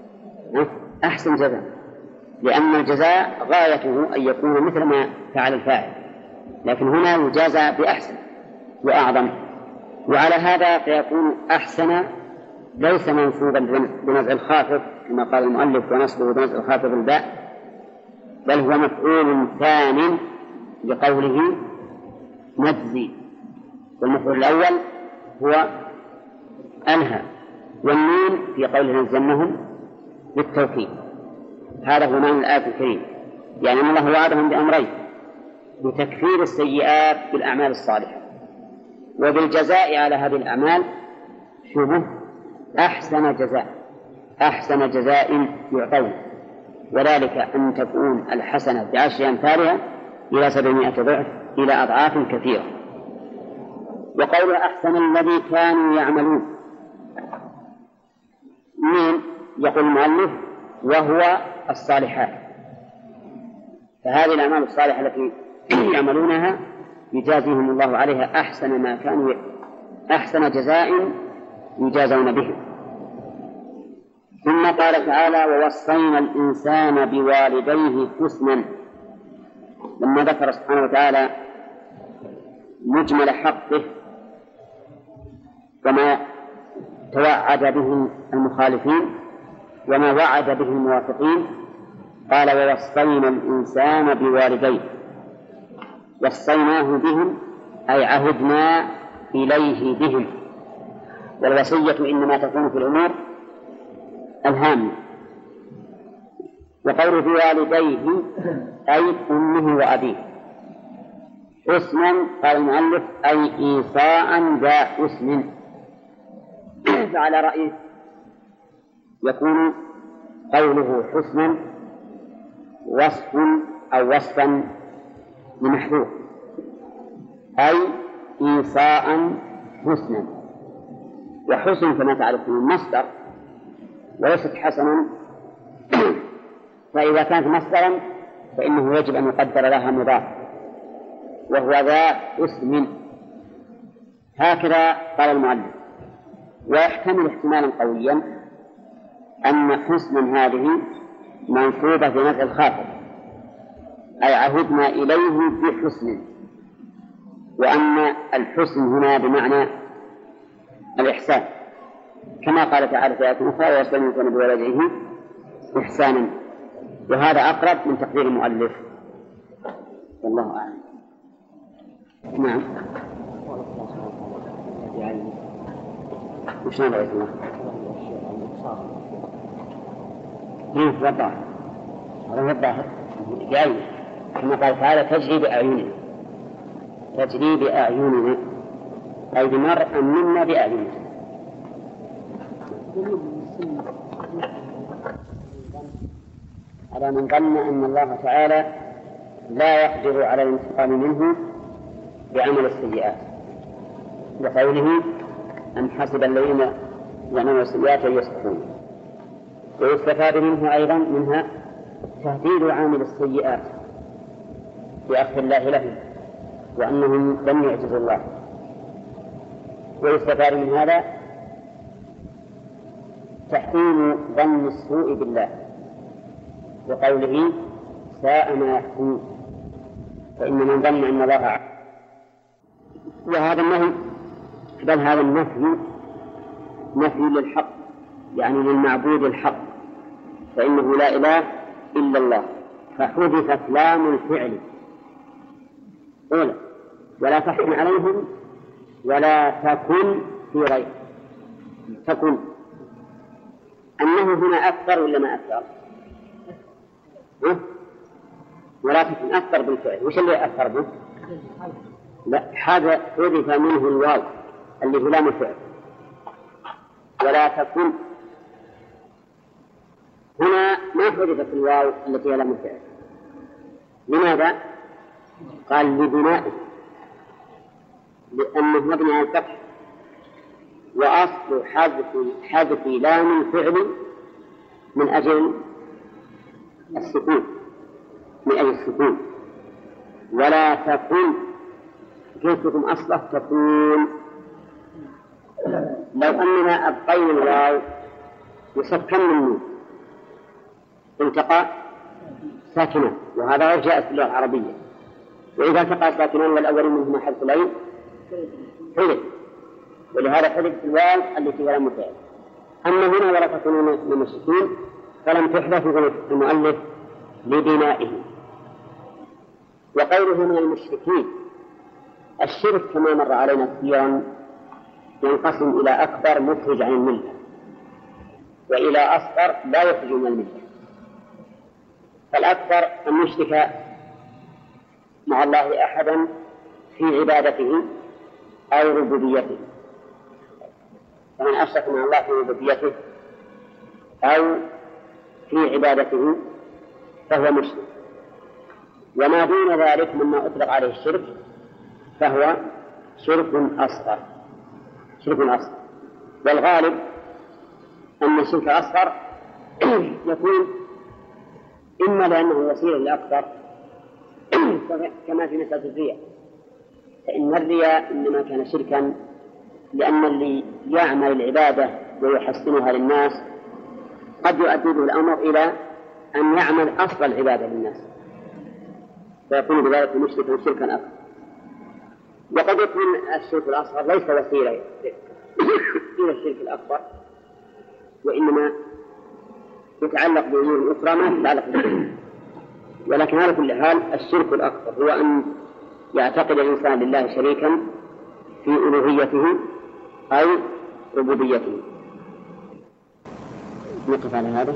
أحسن جزاء؟ لأن الجزاء غايته أن يكون مثل ما فعل الفاعل، لكن هنا يجازى بأحسن وأعظم. وعلى هذا فيكون أحسن ليس منصوبا بنزع الخافض كما قال المؤلف ونصبه بنزع الخافض الباء، بل هو مفعول ثان لقوله نجزي، والمفعول الأول هو أنهى، والنون في قوله نزلنهم بالتوكيد. هذا هو معنى الآية الكريمة، يعني أن الله وعدهم بأمرين: بتكفير السيئات بالأعمال الصالحة، وبالجزاء على هذه الأعمال شبه أحسن جزاء، أحسن جزاء يعطون، وذلك أن تكون الحسنة بعشر أمثالها إلى سبعمائة ضعف إلى أضعاف كثيرة. وقول أحسن الذي كانوا يعملون، من يقول المؤلف وهو الصالحات، فهذه الأعمال الصالحة التي يعملونها يجازيهم الله عليها أحسن ما كانوا أحسن جزاء يجازون به. ثم قال تعالى ووصينا الإنسان بوالديه حسنا، لما ذكر سبحانه وتعالى مجمل حقه وما توعد به المخالفين وما وعد به الموافقين، قال ووصينا الإنسان بوالديه. وصيناه بهم أي عهدنا إليه بهم، والوصية إنما تكون في الأمور الهامة. وقوله بوالديه أي أمه وأبيه. حسنا قال المؤلف أي إيصاء ذا حسن، فعلى رأيه يكون قوله حسنا وصف أو وصفا لمحذوف، أي إيصاء حسنا. وحسن كما تعرفون مصدر وليست حسنا، فإذا كانت مصدرا فإنه يجب أن يقدر لها مضاف وهو ذا اسم. هكذا قال المؤلف. ويحتمل احتمالا قويا أن حسنا هذه منصوبة بنزع الخافض أي عهدنا إليه بحسن، وأن الحسن هنا بمعنى الإحسان كما قال تعالى في آية أخرى ووصينا الإنسان بوالديه إحسانا، وهذا أقرب من تقدير المؤلف والله أعلم. نعم. وش نبغى يسمع؟ هنا في الظاهر، هذا في الظاهر جاي كما قال تعالى تجري بأعيننا، تجري بأعيننا أي بمرء منا بأعيننا. على من ظن أن الله تعالى لا يقدر على الانتقام منه بعمل السيئات، وقوله أم حسب الذين يعملون السيئات أن يسبقون. ويستفاد منه أيضا منها تهديد عامل السيئات بأخذ الله له وأنهم لم يعجزوا الله. ويستفاد من هذا تحريم ظن السوء بالله وقوله ساء ما يحكمون، فإن من ظن أن الله عالم. وهذا النهي بل هذا النفي نفي للحق، يعني للمعبود الحق، فإنه لا إله إلا الله، فحذفت لام الفعل أولا ولا تحكم عليهم ولا تكن في غير تكن. أنه هنا أكثر ولا ما أكثر؟ ها؟ ولا تكن أكثر بالفعل. وش اللي أكثر به؟ لا، هذا حذف منه الواو اللي هو لام الفعل. ولا تكن هنا ما حذفت الواو التي هي لام الفعل. لماذا؟ قال لبنائه، لأنه مبني على الفتح، وأصل حذف حذف لام الفعل من أجل السكون، من أجل السكون. ولا تكن كيفكم أصله تكون. لو أننا أبقينا الواو وسكن النون التقى ساكنا، وهذا جاء في اللغة العربية. وإذا التقى ساكنان والأول منهما حذف لين حذف، ولهذا حذف الواو التي ولا مفعل. أما هنا ولا تكونون من السكون فلم تحذف المؤلف لبنائه. وقوله من المشركين، الشرك كما مر علينا كثيرا ينقسم إلى أكبر مخرج عن الملة، وإلى أصغر لا يخرج من الملة. فالأكبر أن يشرك مع الله أحدا في عبادته أو ربوبيته، فمن أشرك مع الله في ربوبيته أو في عبادته فهو مشرك. وما دون ذلك مما أطلق عليه الشرك فهو شرك أصغر، شرك أصغر. والغالب أن الشرك الأصغر يكون إما لأنه وسيلة للأكبر كما في مسألة الرياء، فإن الرياء إنما كان شركا لأن اللي يعمل العبادة ويحسنها للناس قد يؤدي به الأمر إلى أن يعمل أصل العبادة للناس، فيكون بذلك مشركا شركا أكبر. وقد يكون الشرك الأصغر ليس وسيلة إلى الشرك الأكبر، وإنما يتعلق بأمور أخرى ما تتعلق بالشرك. ولكن على كل حال الشرك الأكبر هو أن يعتقد الإنسان لله شريكا في ألوهيته أو ربوبيته. نقف على هذا.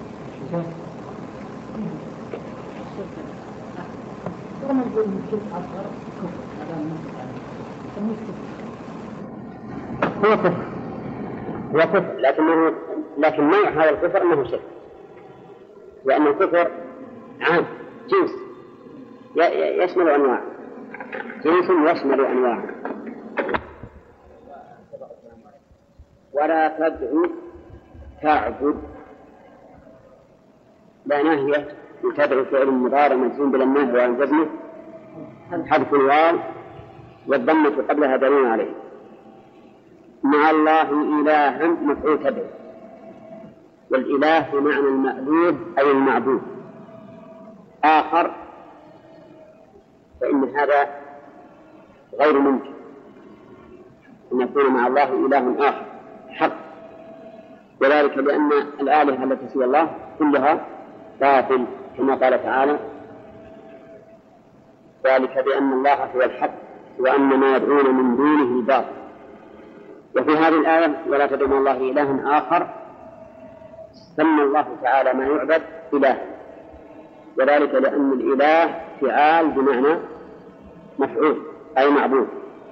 هو كفر، هو كفر، لكنه لكن نوع هذا الكفر أنه شرك، لأن الكفر عام جنس يشمل أنواع، جنس يشمل أنواع. ولا تدعو تعبد، لا ناهية تدعو فعل مضارع مجزوم بالنهي وعن جزمه، حذف الواو والضمة قبلها دليل عليه. مع الله إلها مفعول تدعو، والإله بمعنى المألوه أي المعبود آخر، فإن هذا غير ممكن أن يكون مع الله إله آخر حق، وذلك لأن الآلهة التي سوى الله كلها باطل، كما قال تعالى ذلك بأن الله هو الحق وأن ما يدعون من دونه الباطل. وفي هذه الآية ولا تدعوا مع الله إله آخر سمى الله تعالى ما يعبد إله، وذلك لأن الإله فعال بمعنى مفعول أي معبود.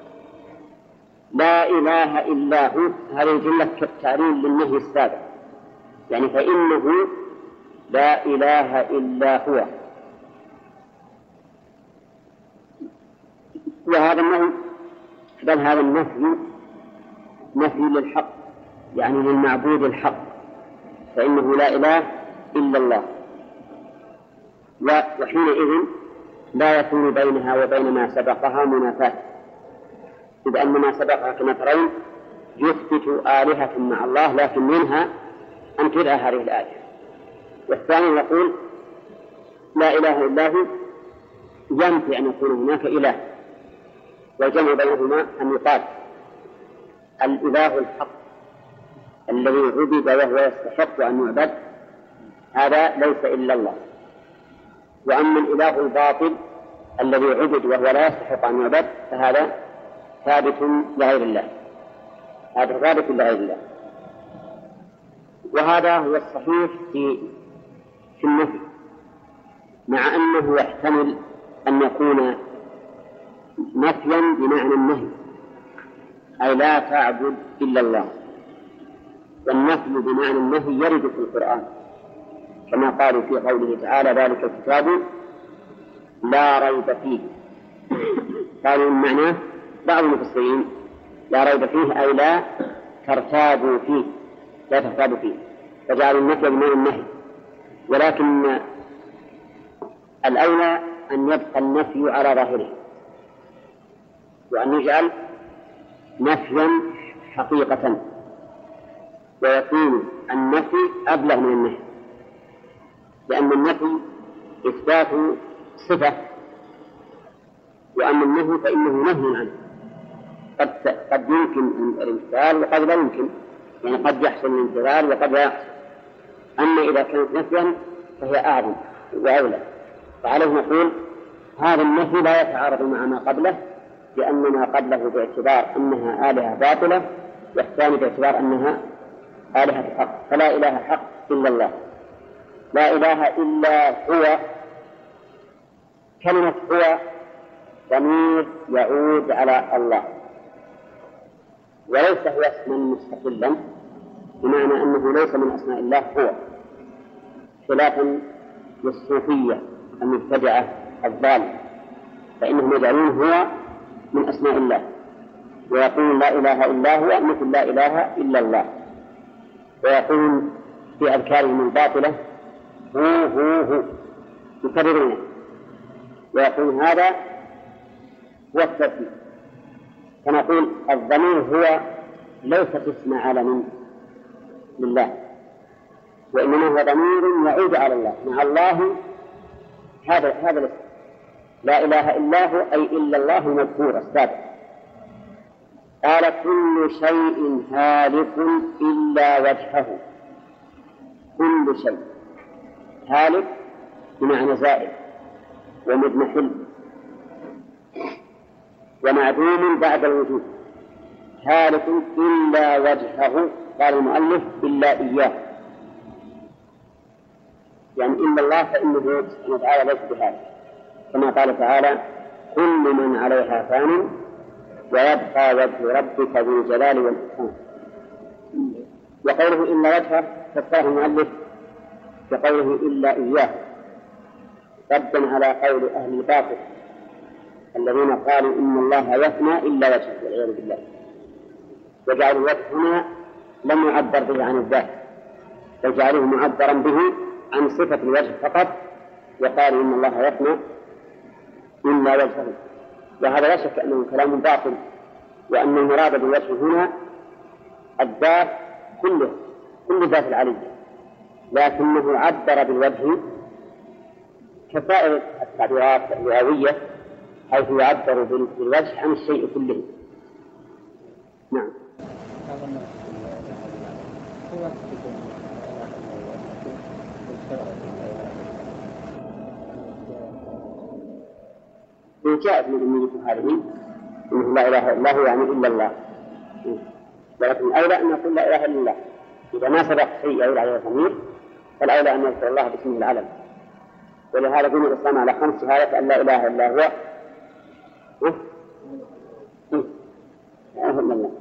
لا إله إلا هو، هذه الجملة كالتعليل للنهي السابق، يعني فإنه لا إله إلا هو. وهذا النهي بل هذا النفي نفي للحق، يعني للمعبود الحق، فإنه لا إله إلا الله. وحينئذ لا يكون بينها وبين ما سبقها منافاة، إذ أن ما سبقها كما ترون يثبت آلهة مع الله، لكن منها أن تدعى هذه الآية. والثاني يقول لا إله إلا هو، ينفي أن يكون هناك إله، والجمع بينهما أن يقال الإله الحق الذي عبد وهو يستحق أن يعبد هذا ليس إلا الله، وأما الإله الباطل الذي عبد وهو لا يستحق أن يعبد فهذا ثابت لغير الله، هذا ثابت لغير الله. وهذا هو الصحيح في في النفي، مع أنه يحتمل أن يكون نفيا بمعنى النهي، أي لا تعبد إلا الله، والنفي بمعنى النهي يرد في القرآن كما قالوا في قوله تعالى ذلك الكتاب لا ريب فيه. قالوا من معناه بعض المفسرين لا ريب فيه أي لا ترتابوا فيه، لا ترتابوا فيه، فجعلوا النفي بمعنى النهي. ولكن الأولى أن يبقى النفي على ظاهره، وأن يجعل نفيا حقيقة، ويكون النفي أبلغ من النهي، لأن النفي إثبات صفة، وأما النهي فإنه نهي عنه، قد قد يمكن الامتثال وقد لا يمكن، يعني قد يحصل الامتثال وقد لا يحصل. أما إذا كانت نفيا فهي أعظم وأولى، فعليه نقول هذا النفي لا يتعارض مع ما قبله، لأن ما قبله باعتبار أنها آلهة باطلة، والثاني باعتبار أنها آلهة حق، فلا إله حق إلا الله، لا إله إلا هو. كلمة هو ضمير يعود على الله، وليس هو اسما مستقلا، بمعنى أنه ليس من أسماء الله هو، خلافا للصوفية المبتدعة الضالة، فإنهم يجعلون هو من أسماء الله، ويقولون لا إله إلا هو مثل لا إله إلا الله، ويقولون في أذكارهم الباطلة هو هو هو يكررونه، ويقولون هذا هو الترتيب. فنقول الضمير هو ليست اسم علم لله، وإنما هو ضمير يعود على الله، مع الله هذا هذا الاسم لا إله إلا هو أي إلا الله مذكور السابق. قال كل شيء هالك إلا وجهه، كل شيء هالك بمعنى زائد ومضمحل ومعدوم بعد الوجود، هالك إلا وجهه، قال المؤلف إلا إياه، يعني إلا الله فإنه سبحانه وتعالى ليس بهذا، كما قال تعالى كل من عليها فان ويبقى وجه ربك ذو الجلال والإكرام. وقوله إلا وجهه فسره المؤلف بقوله إلا إياه، ردا على قول أهل الباطل الذين قالوا إن الله يفنى إلا وجهه والعياذ بالله، وجعلوا الوجه هنا لم يعبر به عن الذات، بل جعلوه معبرا به عن صفة الوجه فقط، وقالوا إن الله يفنى إلا وجهه، وهذا لا شك أنه كلام باطل، وأن المراد بالوجه هنا الذات كله، كل ذات العلية، لكنه عبر بالوجه كسائر التعبيرات اللغوية، حيث يعبر بالوجه عن الشيء كله. نعم. إن جاءت من أمنية هذه إنه لا إله إلا هو يعني إلا الله، ولكن الأولى أن يقول لا إله إلا الله، إذا ما سبق شيء يقول عليه الضمير فالأولى أن يذكر الله باسمه العلم. ولهذا دين الإسلام على خمس شهادة أن لا إله إلا هو الله.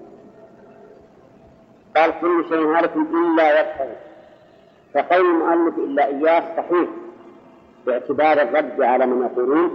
قال كل شيء هالك إلا وجهه، فقول المؤلف إلا إياه صحيح باعتبار الرد على من يقولون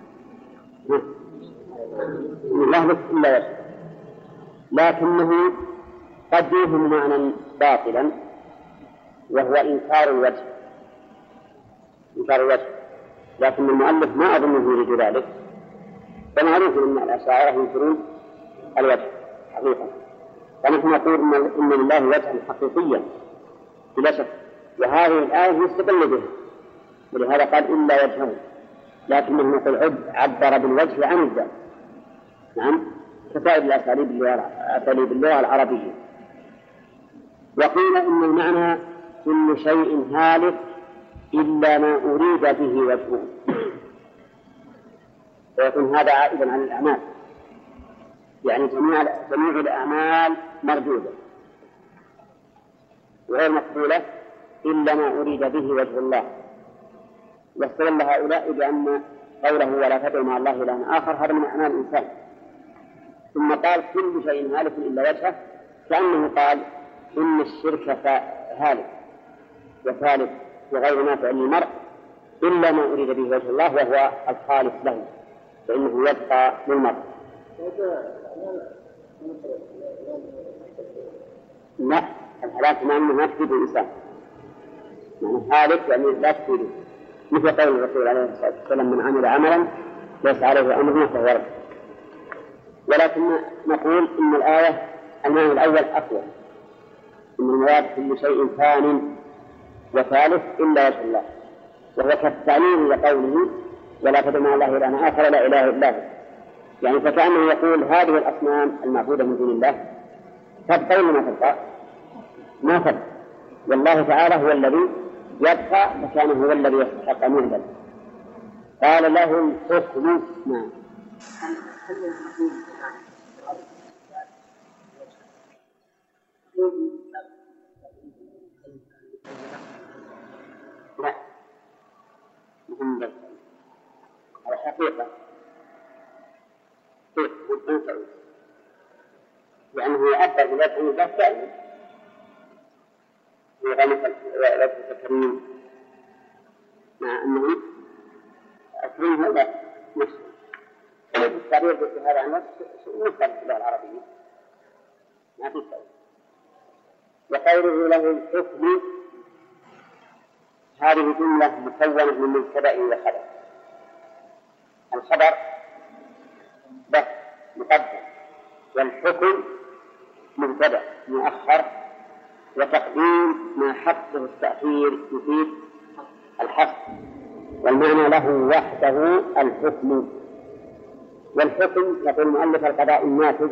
يهلك إلا وجهه، لكنه قد يوهم معنى باطلا وهو إنكار الوجه، إنكار الوجه لكن المؤلف ما أظنه يريد ذلك. فمعروف أن الأشاعرة ينكرون الوجه حقيقة، فنحن نقول إن لله وجها حقيقيا بلا شك، وهذه الآية مستقلة بها، ولهذا قال إلا وجهه، لكنه نقول عبر بالوجه عن الذات. نعم، كسائر الأساليب اللغة العربية. وقيل إن المعنى كل شيء هالك إلا ما أريد به وجهه، ويكون هذا عائدا عن الأعمال، يعني جميع جميع الأعمال مردودة وغير مقبولة إلا ما أريد به وجه الله. واستدل هؤلاء بأن قوله ولا تدع مع الله إلها آخر هذا من أعمال الإنسان، ثم قال كل شيء هالك إلا وجهه، كأنه قال إن الشرك هالك وثالث وغير نافع للمرء إلا ما أريد به وجه الله وهو الخالص له، فإنه يبقى للمرء. لا، الهلاك مع أنه ما تفيد الإنسان، يعني هالك يعني لا تفيده، مثل قول الرسول عليه الصلاة والسلام من عمل عملا ليس عليه أمرنا فهو رد. ولكن نقول إن الآية المعنى الأول أقوى، إن المراد كل شيء ثان وثالث إلا وجه الله، وهو كالتعليل لقوله ولا تدع مع الله إلها آخر لا إله إلا هو، يعني فكأنه يقول هذه الأصنام المعبودة من دون الله تبقى ولا ما تبقى؟ ما تبقى، والله تعالى هو الذي يبقى، فكان هو الذي يستحق أن يعبد. قال له الحكم. نعم. لا، مهم جدا، على حقيقة بالأنسان، لأنه يعبر بذات أنه ذات كائن في غمة وعلى التكريم، مع أنه أكريم هذا نفسه. التعبير بهذا عن نفسه مختلف في اللغة العربية، ما في فرق. وقوله له الحكم هذه جملة مكونة من مبتدأ وخبر. الخبر بس مقدم، والحكم مبتدأ مؤخر، وتقديم ما حقه التأخير يفيد الحصر، والمعنى له وحده الحكم. والحكم يقول المؤلف القضاء النافذ،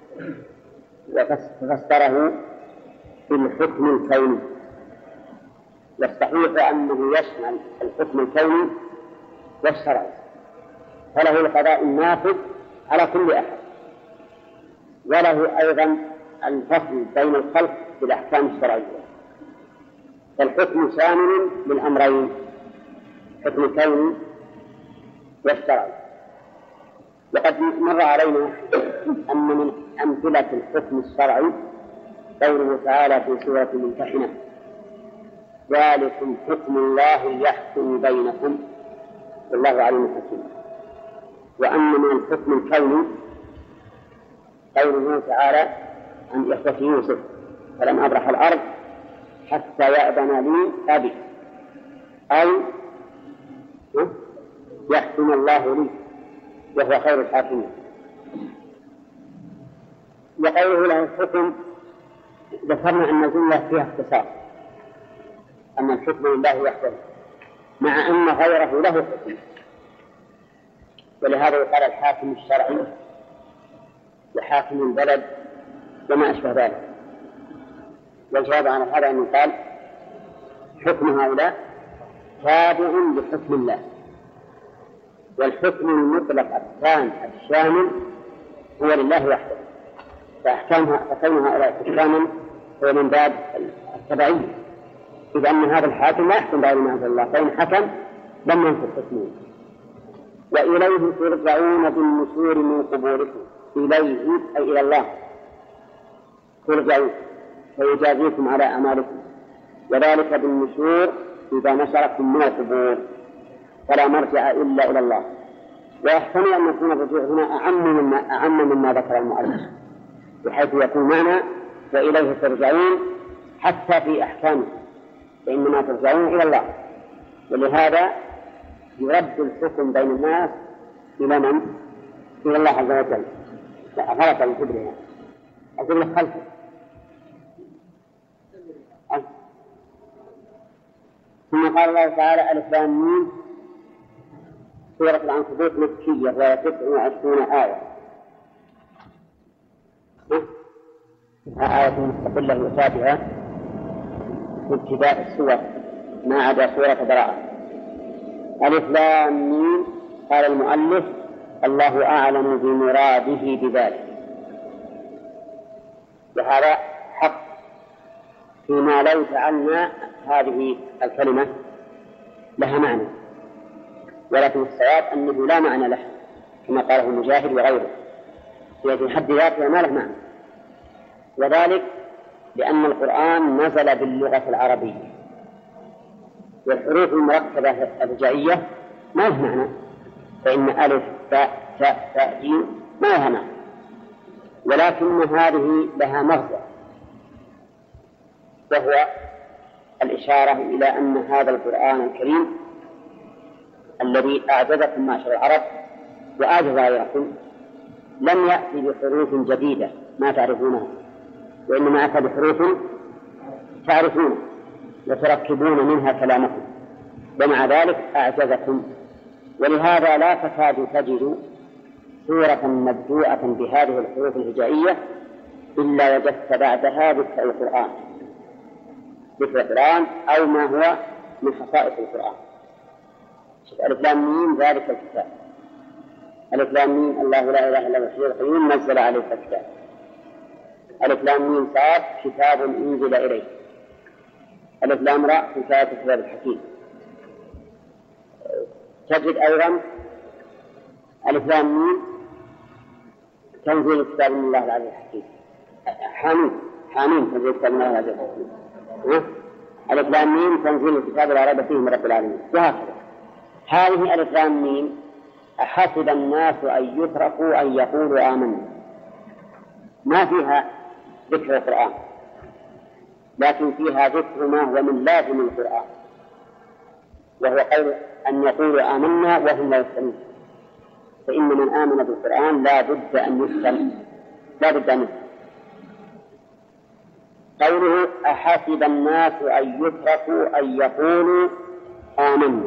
وفسره بالحكم الكوني، والصحيح أنه يشمل الحكم الكوني والشرعي، فله القضاء النافذ على كل أحد، وله أيضا الفصل بين الخلق بالأحكام الشرعية. فالحكم شامل للأمرين، الحكم الكوني والشرعي. وقد مر علينا أن من أمثلة الحكم الشرعي قوله تعالى في سورة الممتحنة ذلكم حكم الله يحكم بينكم والله عليم حكيم. وأن من الحكم الكوني قوله تعالى عن إخوة يوسف فلم أبرح الأرض حتى يأذن لي أبي، أي يحكم الله لي وهو خير الحاكمين. وقوله له الحكم ذكرنا أن الجملة فيها اختصار، أن الحكم لله وحده مع أن غيره له حكم، ولهذا يقال الحاكم الشرعي وحاكم البلد وما أشبه ذلك. والجواب عن هذا أن يقال حكم هؤلاء تابع لحكم الله، والحكم المطلق التام الشامل هو لله وحده، فأحكام فكون هؤلاء حكاما هو من باب التبعية، إذ أن هذا الحاكم لا يحكم بغير ما أنزل الله، فإن حكم لم ينفذ حكمه. وإليه ترجعون بالنشور من قبوركم، إليه أي إلى الله ترجعون فيجازيكم على أعمالكم، وذلك بالنشور إذا نشركم من القبور فلا مرجع إلا إلى الله. ويحتمل أن يكون الرجوع هنا أعم مما, أعم مما ذكر المؤلف، بحيث يكون معنى وإليه ترجعون حتى في أحكامه، فإنما ترجعون إلى الله. ولهذا يرد الحكم بين الناس إلى من؟ إلى الله عز وجل. لا غلط القبلة يعني. القبلة خلفه. ثم قال الله تعالى ألف لام ميم سورة العنكبوت مكية وهي تسع وعشرون آية. آية مستقلة يشابهها في ابتداء السور ما عدا سورة براءة. ألف لام ميم قال المؤلف الله أعلم بمراده بذلك، وهذا حق فيما لو جعلنا هذه الكلمة لها معنى، ولكن الصواب أنه لا معنى لها كما قاله المجاهد وغيره، في حد ذاتها ما له معنى، وذلك لأن القرآن نزل باللغة العربية، والحروف المركبة الهجائية ما لها معنى، فإن ألف باء تاء تاء جيم ما لها معنى، ولكن هذه لها مغزى، وهو الإشارة إلى أن هذا القرآن الكريم الذي أعجزكم معشر العرب وأعجز غيركم لم يأتي بحروف جديدة ما تعرفونها، وإنما أتى بحروف تعرفونها وتركبون منها كلامكم، ومع ذلك أعجزكم. ولهذا لا تكاد تجد سورة مبدوءة بهذه الحروف الهجائية إلا وجدت بعدها ذكر القرآن ذكر القرآن أو ما هو من خصائص القرآن. ألف لام ميم ذلك الكتاب، ألف لام ميم الله لا إله إلا هو الحي القيوم نزل عليك الكتاب، ألف لام ميم صاد كتاب أنزل إليك، ألف لام راء حكاية الكتاب الحكيم. تجد أيضا ألف لام ميم تنزيل كتاب من الله العزيز الحكيم، حامين حامين تنزيل كتاب من الله العزيز الحكيم، ألف لام ميم تنزيل الكتاب لا ريب فيه من رب العالمين، وهكذا. هذه ألف لام ميم أحسب الناس أن يتركوا أن يقولوا آمنا، ما فيها ذكر القرآن، لكن فيها ذكر ما هو من لازم القرآن، وهو قول أن يقولوا آمنا وهم لا يفتنون، فإن من آمن بالقرآن لا بد أن يفتن، لا بد أن يفتن. قوله أحسب الناس أن يتركوا أن يقولوا آمنا،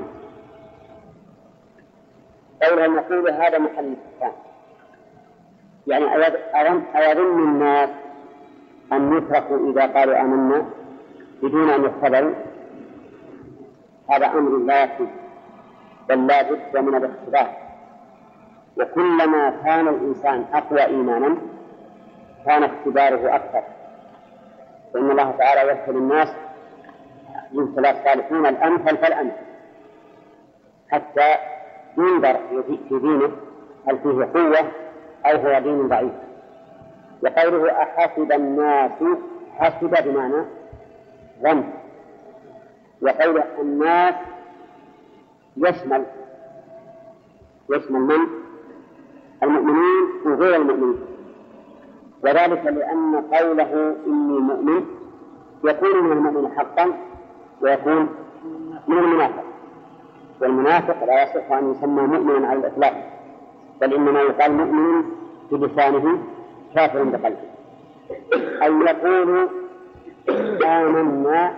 قولها يقول هذا محل الاستفهام، يعني أيظن الناس أن يتركوا إذا قالوا آمنا بدون أن يختبروا؟ هذا أمر لا يكفي، بل لا بد من الاختبار، وكلما كان الإنسان أقوى إيمانا كان اختباره أكثر، فإن الله تعالى يبتلي الناس يبتلى الصالحون الأمثل فالأمثل حتى ينظر في دينه هل فيه قوة أو هو دين ضعيف. وقوله أحسب الناس حسب بمعنى ظن، وقوله الناس يشمل يشمل من؟ المؤمنين وغير المؤمنين، وذلك لأن قوله إني مؤمن يكون من المؤمن حقا ويكون من المنافق، والمنافق لا يصح أن يسمى مؤمنا على الإطلاق، بل إنما يقال مؤمن بلسانه كافر بقلبه. أن يقولوا آمنا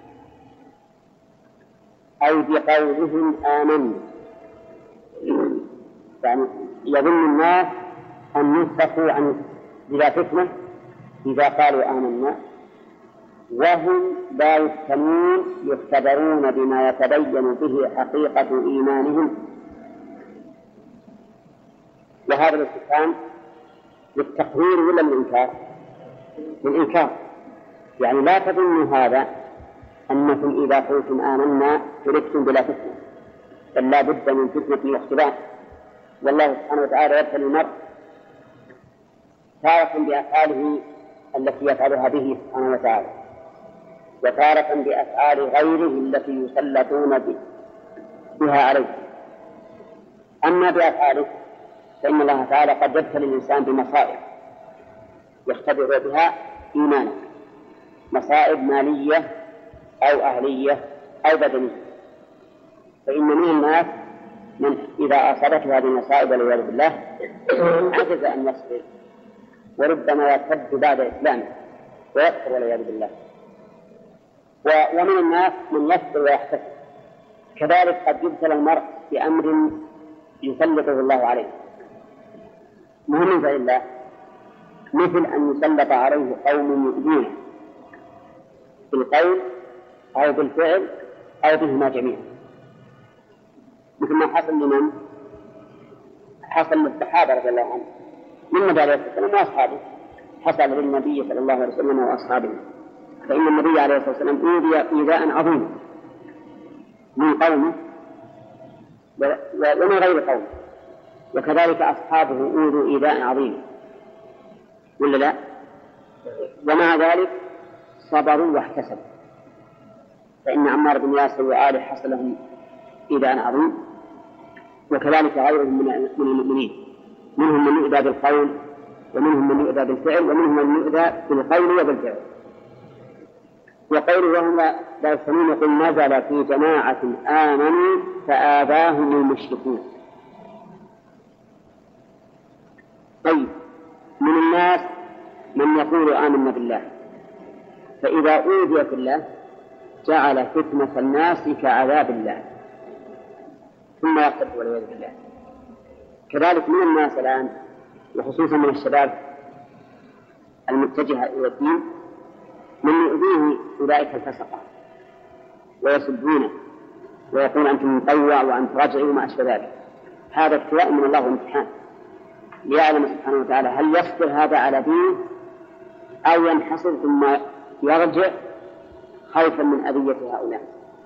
أي بقولهم آمنا، يعني يظن الناس أن يصرفوا عن بلا فتنة إذا قالوا آمنا، وهم لا يفتنون يختبرون بما يتبين به حقيقة إيمانهم. وهذا الاستفهام للتقرير ولا للإنكار؟ للإنكار، يعني لا تظنوا هذا أنكم إذا قلتم آمنا تركتم بلا فتنة، بل لا بد من فتنة واختبار. والله سبحانه وتعالى يبتلي المرء تارة بأفعاله التي يفعلها به سبحانه وتعالى، وتارة بأفعال غيره التي يسلطون بها عليه. أما بأفعاله فإن الله تعالى قد يبتلي الإنسان بمصائب يختبر بها إيمانه، مصائب مالية أو أهلية أو بدنية. فإن من الناس من إذا أصابته هذه المصائب والعياذ بالله عجز أن يصبر، وربما يرتد بعد إسلامه ويكفر والعياذ بالله. ومن الناس من يصبر ويحتسب، كذلك قد يبتلى المرء بأمر يسلطه الله عليه مهم فإلا، مثل أن يسلط عليه قوم يؤذونه بالقول أو بالفعل أو بهما جميعا، مثل ما حصل لمن حصل للصحابة رضي الله عنهم من النبي عليه الصلاة والسلام وأصحابه، حصل للنبي صلى الله عليه وسلم وأصحابه. فإن النبي عليه الصلاة والسلام أوذي إيذاء عظيما من قومه ومن غير قومه، وكذلك أصحابه أوذوا إيذاء عظيما ولا لا؟ ومع ذلك صبروا واحتسبوا. فإن عمار بن ياسر وآله حصل لهم إيذاء عظيم، وكذلك غيرهم من المؤمنين، منهم من يؤذى بالقول ومنهم من يؤذى بالفعل ومنهم من يؤذى بالقول وبالفعل. وقوله وهم لا يستمعون يقول نزل في جماعة آمنوا فآذاهم المشركون. طيب، من الناس من يقول آمنا بالله، فإذا أوذي في الله جعل فتنة الناس كعذاب الله ثم يقتل والعياذ بالله. كذلك من الناس الآن وخصوصا من الشباب المتجهة إلى الدين من يؤذيه أولئك الفسقة ويسبونه ويقول أنتم مطوع وأنت رجعي وما أشبه ذلك. هذا ابتلاء من الله وامتحان ليعلم سبحانه وتعالى هل يصبر هذا على دينه أو ينحصر ثم يرجع خوفا من أذية هؤلاء.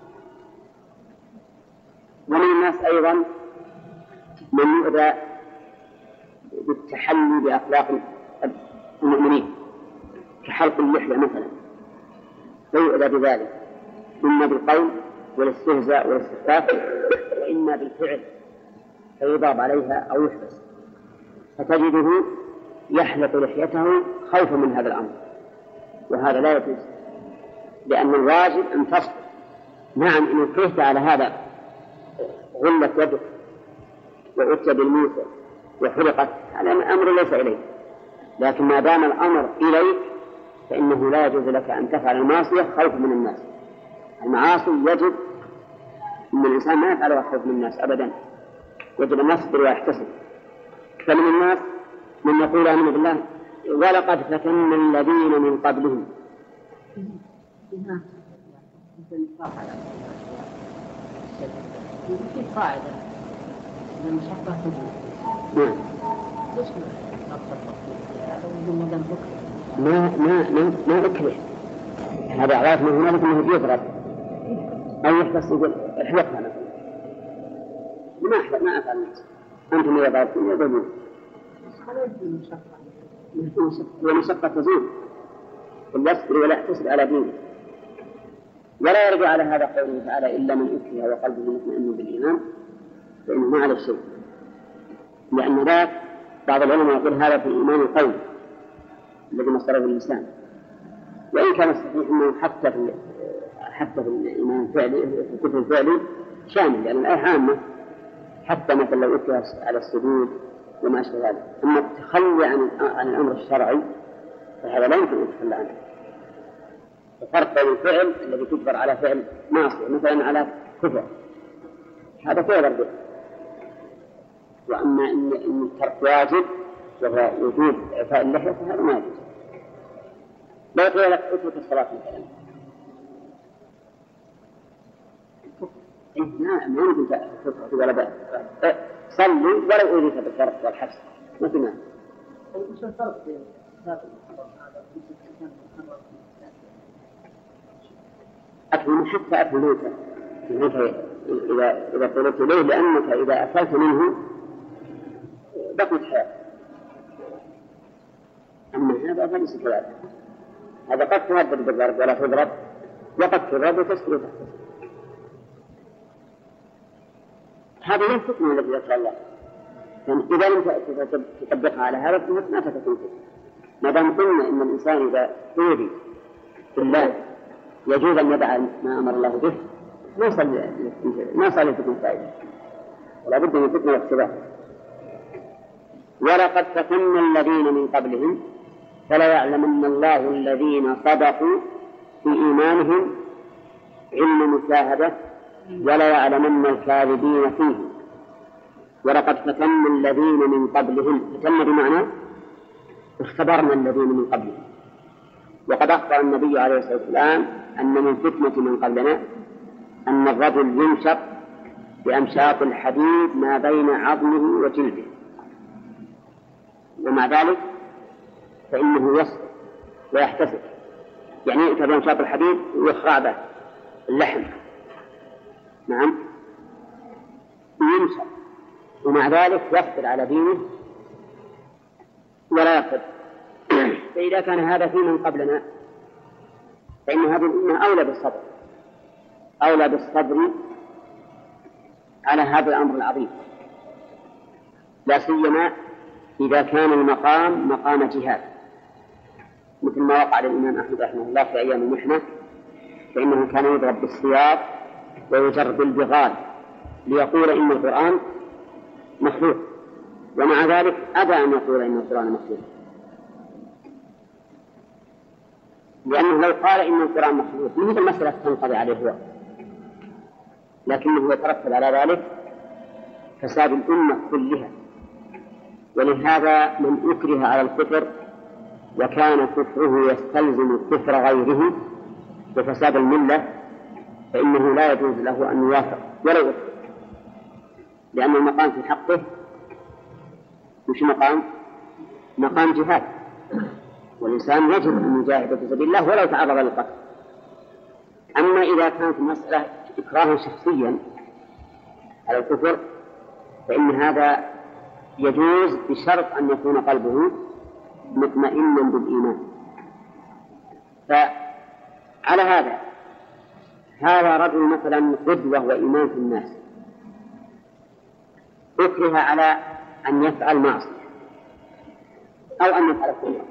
ومن الناس أيضا من يؤذى بالتحلي بأخلاق المؤمنين كحلق اللحية مثلا، فيؤذى بذلك إما بالقول والاستهزاء والاستخفاف وإما بالفعل فيضرب عليها أو يحبس، فتجده يحلق لحيته خوفا من هذا الأمر، وهذا لا يجوز، لأن الواجب أن تصبر. نعم إن كرهت على هذا غلت يدك وأتى بالموسى وحرقت، هذا أمر ليس إليك، لكن ما دام الأمر إليك فإنه لا يجوز لك أن تفعل المعصية خوفا من الناس. المعاصي يجب أن الإنسان ما يفعلها خوف من الناس أبدا، يجب أن يصبر ويحتسب. فمن الناس من يقول آمنا بالله ولقد فتنا الذين من قبلهم. في قاعدة من المشقة تجوز. نعم. ما ما ما ما أكره هذا عواف من هنالك أنه يضرب أو يحبس يقول احلقها مثلا. ما أحلق ما أفعل نفسي أنتم إذا ضربتم يضربون. والمشقة تزول واليسر ولا يحتسب على دينه. ولا يرجع على هذا قوله تعالى إلا من أكره وقلبه مطمئن بالإيمان فإنه ما على الشيء، لأن ذاك بعض العلماء يقول هذا في الإيمان القول الذي مصدره اللسان، وإن كان الصحيح أنه حتى في حتى في الإيمان الفعلي في الكفر الفعلي شامل، لأن الآية عامة، حتى مثلا لو أكره على السجود وما أشبه ذلك. أما التخلي عن عن الأمر الشرعي فهذا لا يمكن أن يتخلى عنه. الفرق بين الفعل الذي تجبر على فعل معصية مثلا على كفر هذا تعبر به، وأما إن إن الترك واجب وهو وجود إعفاء اللحية فهذا ما يجوز. لا يقول لك اترك الصلاة مثلا، ما ما يمكن تترك ولا بأس، صلي ولو أريد بالترك والحبس مثل ما. وش الفرق بين هذا أكل حتى أكل موتى إذا إذا قلت إليه، لأنك إذا أكلت منه بقيت حياة. أما هذا فليس كذلك، هذا قد تهدد بالضرب ولا تضرب، وقد تضرب وتسكت تحته. هذا هي الحكمة التي ذكر الله، إذا لم تطبقها على هذا ما فتكون فتنة. ما دام قلنا إن الإنسان إذا أوذي بالله يجوز أن يدع ما أمر الله به، ما صار ما صار لتكون فائدة. ولا بد من فتنة واختبار. ولقد فتنا الذين من قبلهم فلا يعلمن الله الذين صدقوا في إيمانهم علم مشاهدة ولا يعلمن الكاذبين فيه. ولقد فتنا الذين من قبلهم، فتنا بمعنى اختبرنا الذين من قبلهم. وقد أخبر النبي عليه الصلاة والسلام أن من فتنة من قبلنا أن الرجل ينشط بأمشاط الحديد ما بين عظمه وجلده، ومع ذلك فإنه يصبر ويحتسب، يعني يؤتى بأمشاط الحديد ويخرع به اللحم، نعم ينشط، ومع ذلك يصبر على دينه ولا يقبل. فإذا كان هذا في من قبلنا فإن هذه الأمة أولى بالصبر، أولى بالصبر على هذا الأمر العظيم، لا سيما إذا كان المقام مقام جهاد، مثل ما وقع للإمام أحمد رحمه الله في أيام المحنة، فإنه كان يضرب بالسياط ويجر بالبغال ليقول إن القرآن مخلوق، ومع ذلك أبى أن يقول إن القرآن مخلوق، لأنه لو قال إن القرآن مخلوق مثل المسألة تنقضي عليه هو، لكنه يترتب على ذلك فساد الأمة كلها. ولهذا من أكره على الكفر وكان كفره يستلزم كفر غيره وفساد الملة فإنه لا يجوز له أن يوافق ولو أكره، لأن المقام في حقه مش مقام مقام جهاد، والإنسان يجب أن يجاهد في سبيل الله ولو تعرض للقتل. أما إذا كانت المسألة إكراها شخصيا على الكفر فإن هذا يجوز بشرط أن يكون قلبه مطمئنا بالإيمان. فعلى هذا هذا رجل مثلا قدوة وإيمان في الناس أكره على أن يفعل معصية أو أن يفعل كفرا،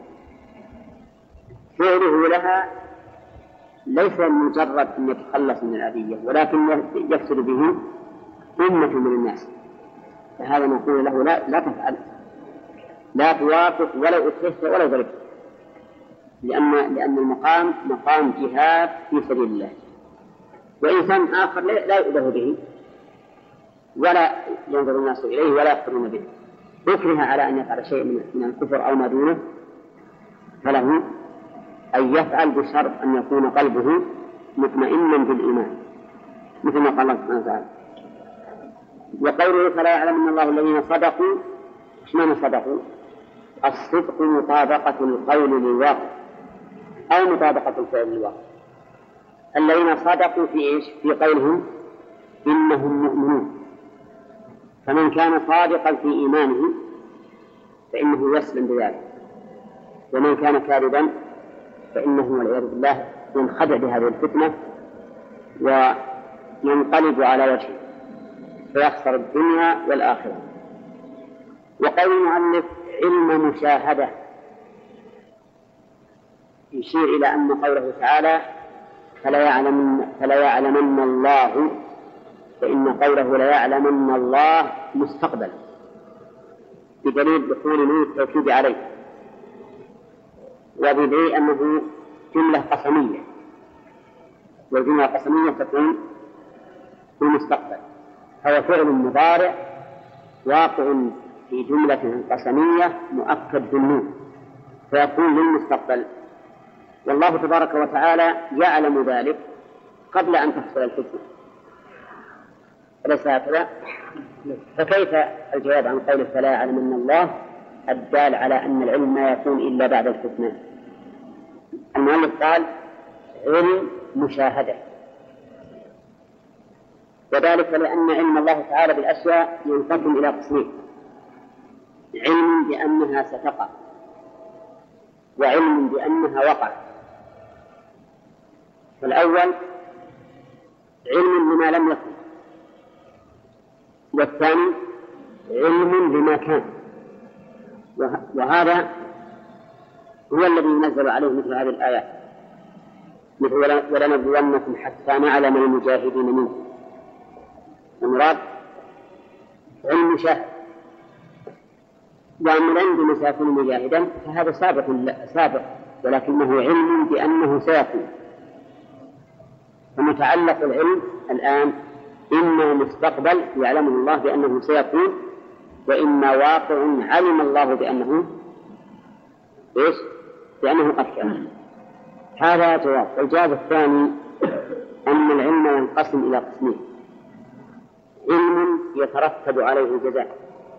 فعله لها ليس مجرد أن يتخلص من الأذية ولكن يفسد به أمة من الناس، فهذا نقول له لا, لا تفعل، لا توافق ولو أكرهت ولو ضربت، لأن, لأن المقام مقام جهاد في سبيل الله. وإنسان آخر لا يؤذه به ولا ينظر الناس إليه ولا يقترون به، أكره على أن يفعل شيء من الكفر أو ما دونه، فله أن يفعل بشرط أن يكون قلبه مطمئنا بالإيمان، مثل ما قال الله سبحانه وتعالى. وقوله فلا يعلمن الله الذين صدقوا، ايش معنى صدقوا؟ الصدق مطابقة القول للواقع أو مطابقة الفعل للواقع. الذين صدقوا في إيش؟ في قولهم إنهم مؤمنون، فمن كان صادقا في إيمانه فإنه يسلم بذلك، ومن كان كاذبا فإنه والعياذ بالله ينخدع بهذه الفتنة وينقلب على وجهه فيخسر الدنيا والآخرة. وقول المؤلف علم مشاهدة يشير إلى أن قوله تعالى فلا يعلمن, فلا يعلمن الله، فإن قوله لا يعلمن الله مستقبل بدليل دخول نون التوكيد عليه، وبدليل أنه جملة قسمية، والجملة القسمية تكون في المستقبل، هو فعل مضارع واقع في جملة قسمية مؤكد بالنون فيكون للمستقبل، والله تبارك وتعالى يعلم ذلك قبل أن تحصل الفتنة، أليس هكذا؟ فكيف الجواب عن قوله فلا يعلمن الله الدال على أن العلم ما يكون إلا بعد الفتنة؟ المؤلف قال علم مشاهدة، وذلك لأن علم الله تعالى بالأشياء ينقسم إلى قسمين: علم بأنها ستقع، وعلم بأنها وقعت. فالأول علم بما لم يكن، والثاني علم بما كان، وهذا هو الذي ينزل عليه مثل هذه الآيات، مثل ولنبلونكم حتى نعلم المجاهدين منكم. المراد علم شهر. وأما عندما سيكون مجاهدا فهذا سابق سابق ولكنه علم بأنه سيكون. فمتعلق العلم الآن إما مستقبل يعلمه الله بأنه سيكون، وإما واقع علم الله بأنه إيش؟ بأنه قد كان. هذا جواب. الجواب الثاني أن العلم ينقسم إلى قسمين: علم يترتب عليه الجزاء،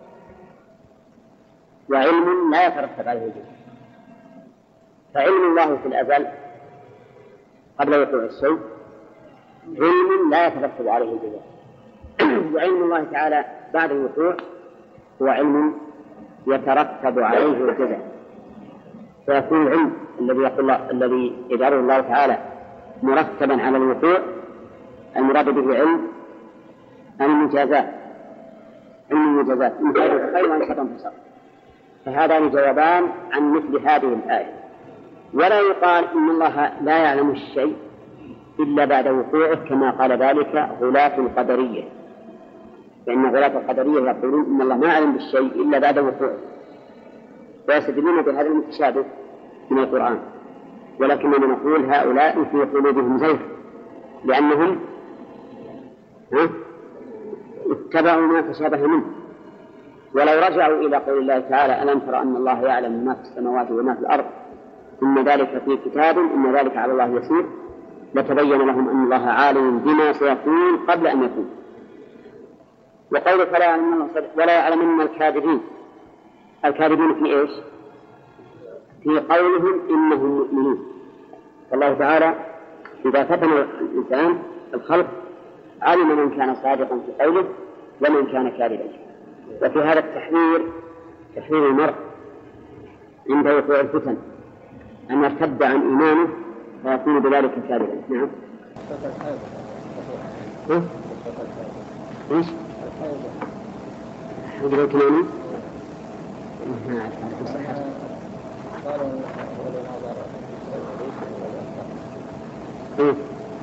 وعلم لا يترتب عليه الجزاء. فعلم الله في الأزل قبل وقوع الشيء علم لا يترتب عليه الجزاء، وعلم الله تعالى بعد الوقوع هو علم يترتب عليه الجزاء. فيكون العلم الذي يقول الله الذي يجعله الله تعالى مرتبا على الوقوع المراد به علم المجازات، علم المجازات إن كان خيرا وإن شرا فشر. فهذان جوابان عن مثل هذه الآية. ولا يقال إن الله لا يعلم الشيء إلا بعد وقوعه كما قال ذلك غلاة القدرية، لأن غلاة القدرية يقولون إن الله ما يعلم بالشيء إلا بعد وقوعه، ويستدلون بهذا المتشابه من القرآن. ولكننا نقول هؤلاء في قلوبهم زيغ، لأنهم اتبعوا ما تشابه منه. ولو رجعوا إلى قول الله تعالى ألم تر أن الله يعلم ما في السماوات وما في الأرض إن ذلك في كتاب إن ذلك على الله يسير لتبين لهم أن الله عالم بما سيكون قبل أن يكون. وقول فلا يعلمن ولا يعلمن الكاذبين، الكاذبين في إيش؟ في قولهم إنهم مؤمنون. فالله تعالى إذا فتن الإنسان الخلق علم من كان صادقا في قوله ومن كان كاذبا. وفي هذا التحذير تحذير المرء عند وقوع الفتن أن يرتد عن إيمانه فيكون بذلك كاذبا. نعم. إيش؟ حجر الكناني؟ ما أعرف هذا صحيح. إيه؟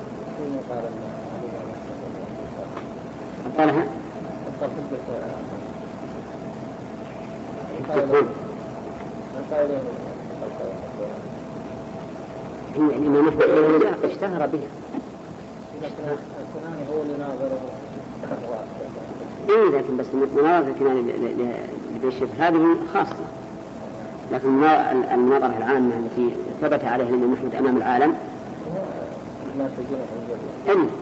قالها؟ يعني ما مثل اشتهر بها. الكناني هو اللي ناظره. إيه لكن بس مناظرة الكناني للشبه هذه خاصة، لكن المناظرة العامة التي ثبت عليها الإمام أحمد أمام العالم ما تجينا في الجنة.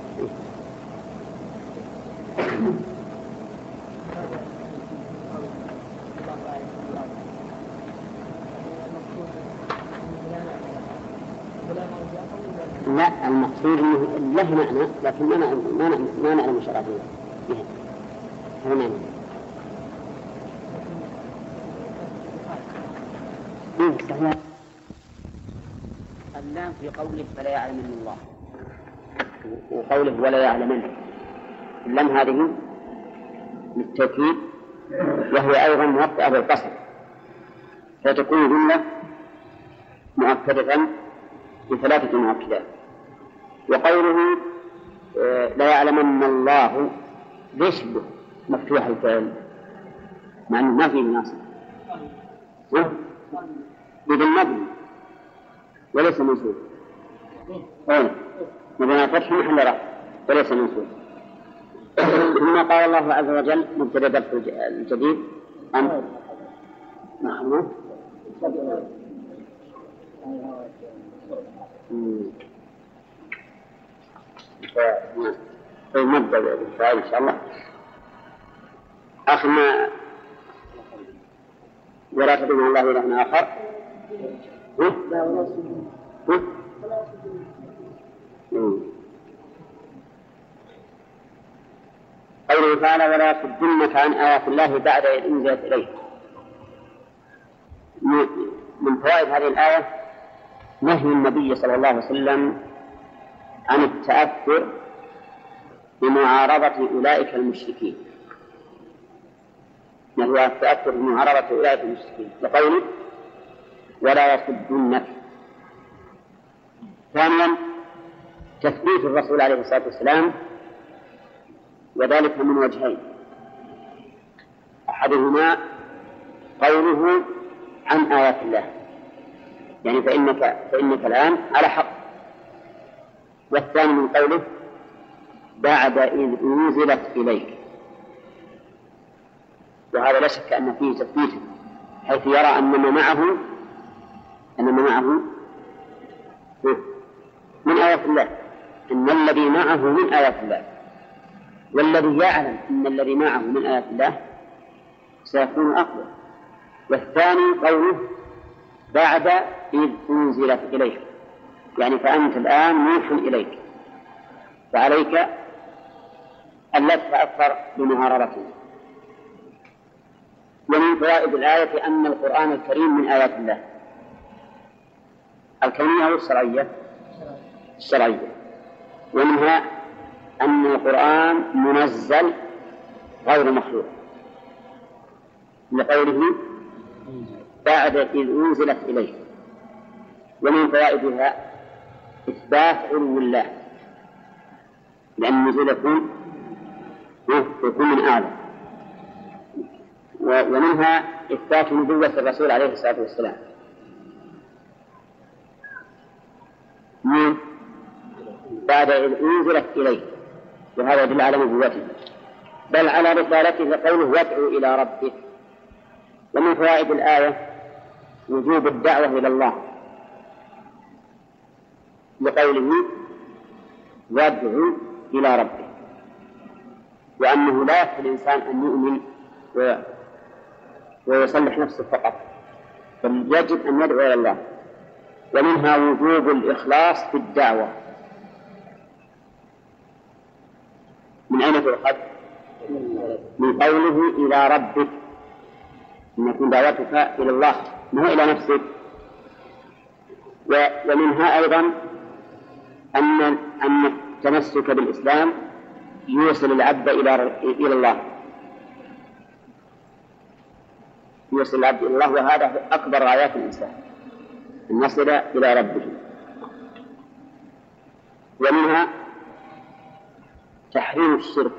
لا، المقصود انه له معنى لكن ما ما ما نعلم شرعه بها. هذا معنى. اللام في قوله فلا يعلمن الله وقوله ولا يعلمن، اللام هذه للتأكيد وهي أيضا موطئة بالقصر، فتكون جملة مؤكدة بثلاثة مؤكدات. وقوله لا يعلمن الله يشبه مفتوح الفعل مع أنه ما فيه ناصب بدون مبني وليس منصوب. أين مبنى فتح محل رفع وليس منصوب. ثم قال الله عز وجل مبتدأ درس الجديد أم نحن فنبدأ بالفعل إن شاء الله. آخر ما ولا تدعوا الله إلها آخر. قوله تعالى ولا يصدنك عن آيات الله بعد إذ أنزلت إليك. من فوائد هذه الآية نهي النبي صلى الله عليه وسلم عن التأثر بمعارضة أولئك المشركين، نهي التأثر بمعارضة أولئك المشركين لقوله ولا يصدنك. ثانيا تثبيت الرسول عليه الصلاة والسلام، وذلك من وجهين: أحدهما قوله عن آيات الله، يعني فإنك, فإنك الآن على حق، والثاني من قوله بعد إذ أنزلت إليك، وهذا لا شك أن فيه تثبيت، حيث يرى أن ما معه أن ما معه من آيات الله، إن الذي معه من آيات الله، والذي يعلم أن الذي معه من آيات الله سيكون أقوى. والثاني قوله بعد إذ أنزلت إليك، يعني فأنت الآن موحى إليك، فعليك أن لا تتأثر بمعارضته. ومن فوائد الآية أن القرآن الكريم من آيات الله الكونية والشرعية الشرعية، ومنها أن القرآن منزل غير مخلوق، لقوله بعد إذ أنزلت إليه. ومن فوائدها إثبات علو الله، لأن النزول يكون يكون من أعلى. ومنها إثبات نبوة الرسول عليه الصلاة والسلام من بعد إذ أنزلت إليه، وهذا يدل على نبوته بل على رسالته، قوله وادعو إلى ربك. ومن فوائد الآية وجوب الدعوة إلى الله، لقوله وادعو إلى ربك، وأنه لا يكفي الإنسان أن يؤمن ويصلح نفسه فقط، بل يجب أن يدعو إلى الله. ومنها وجوب الإخلاص في الدعوة. من أين تؤخذ؟ من قوله إلى ربك، أن يكون دعوتك إلى الله ما هو إلى نفسك. ومنها أيضا أن أن التمسك بالإسلام يوصل العبد إلى إلى الله، يوصل العبد إلى الله، وهذا أكبر غايات الإنسان أن يصل إلى ربه. ومنها تحريم الشرك.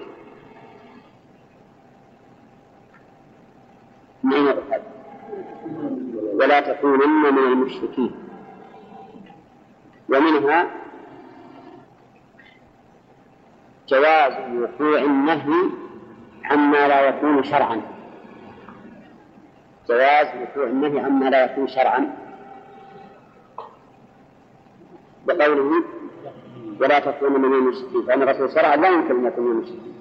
من أين أخذ؟ ولا تكونن من المشركين. ومنها جواز وقوع النهي عما لا يكون شرعا، جواز وقوع النهي عما لا يكون شرعا، بقوله ولا تكونن من المشركين، فإن الرسول شرعا لا يمكن أن يكون من المشركين.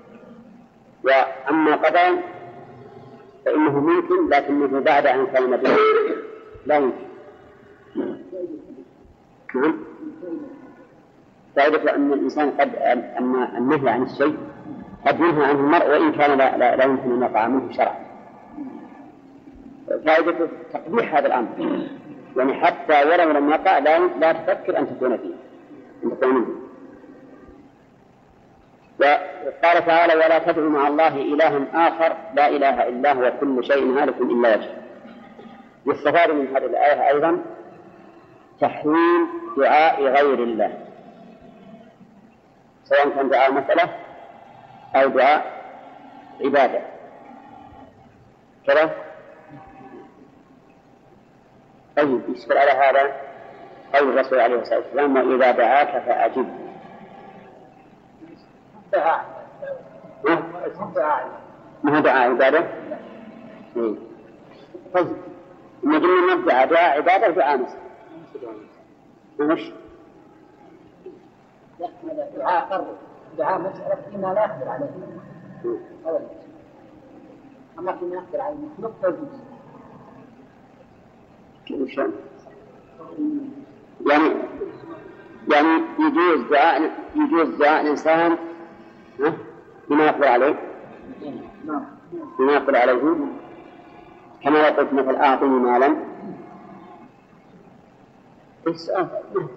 وأما قضاء فإنه ممكن، لكنه بعد أن كان نبيا لا يمكن. نعم، فائدة أن الإنسان قد أن النهي عن الشيء قد ينهى عنه المرء وإن كان لا, لا, لا يمكن أن يقع منه شرعا. فائدة تقبيح هذا الأمر، يعني حتى ولو لم يقع لا, لا تفكر أن تكون فيه، أن تكون منه. وقال تعالى ولا تدعوا مع الله إلها آخر لا إله إلا هو كل شيء هالك إلا وجهه. يستفاد من هذه الآية أيضا تحريم دعاء غير الله، سواء كان دعاء مسألة أو دعاء عبادة كذا. طيب يشكل على هذا قول الرسول عليه الصلاة والسلام وإذا دعاك فأجب. ما هو دعاء عبادة؟ طيب نقول لنا نبدأ دعاء عبادة ودعاء مسألة مش دعاء قرب دعاء مسألة فيما لا يقدر عليه أولا، أما فيما يقدر عليه نقطة كيف يعني يعني يجوز دعاء يجوز دعاء الإنسان بما يقدر عليه بما يقدر عليه، كما قلت مثل أعطني مالا. السؤال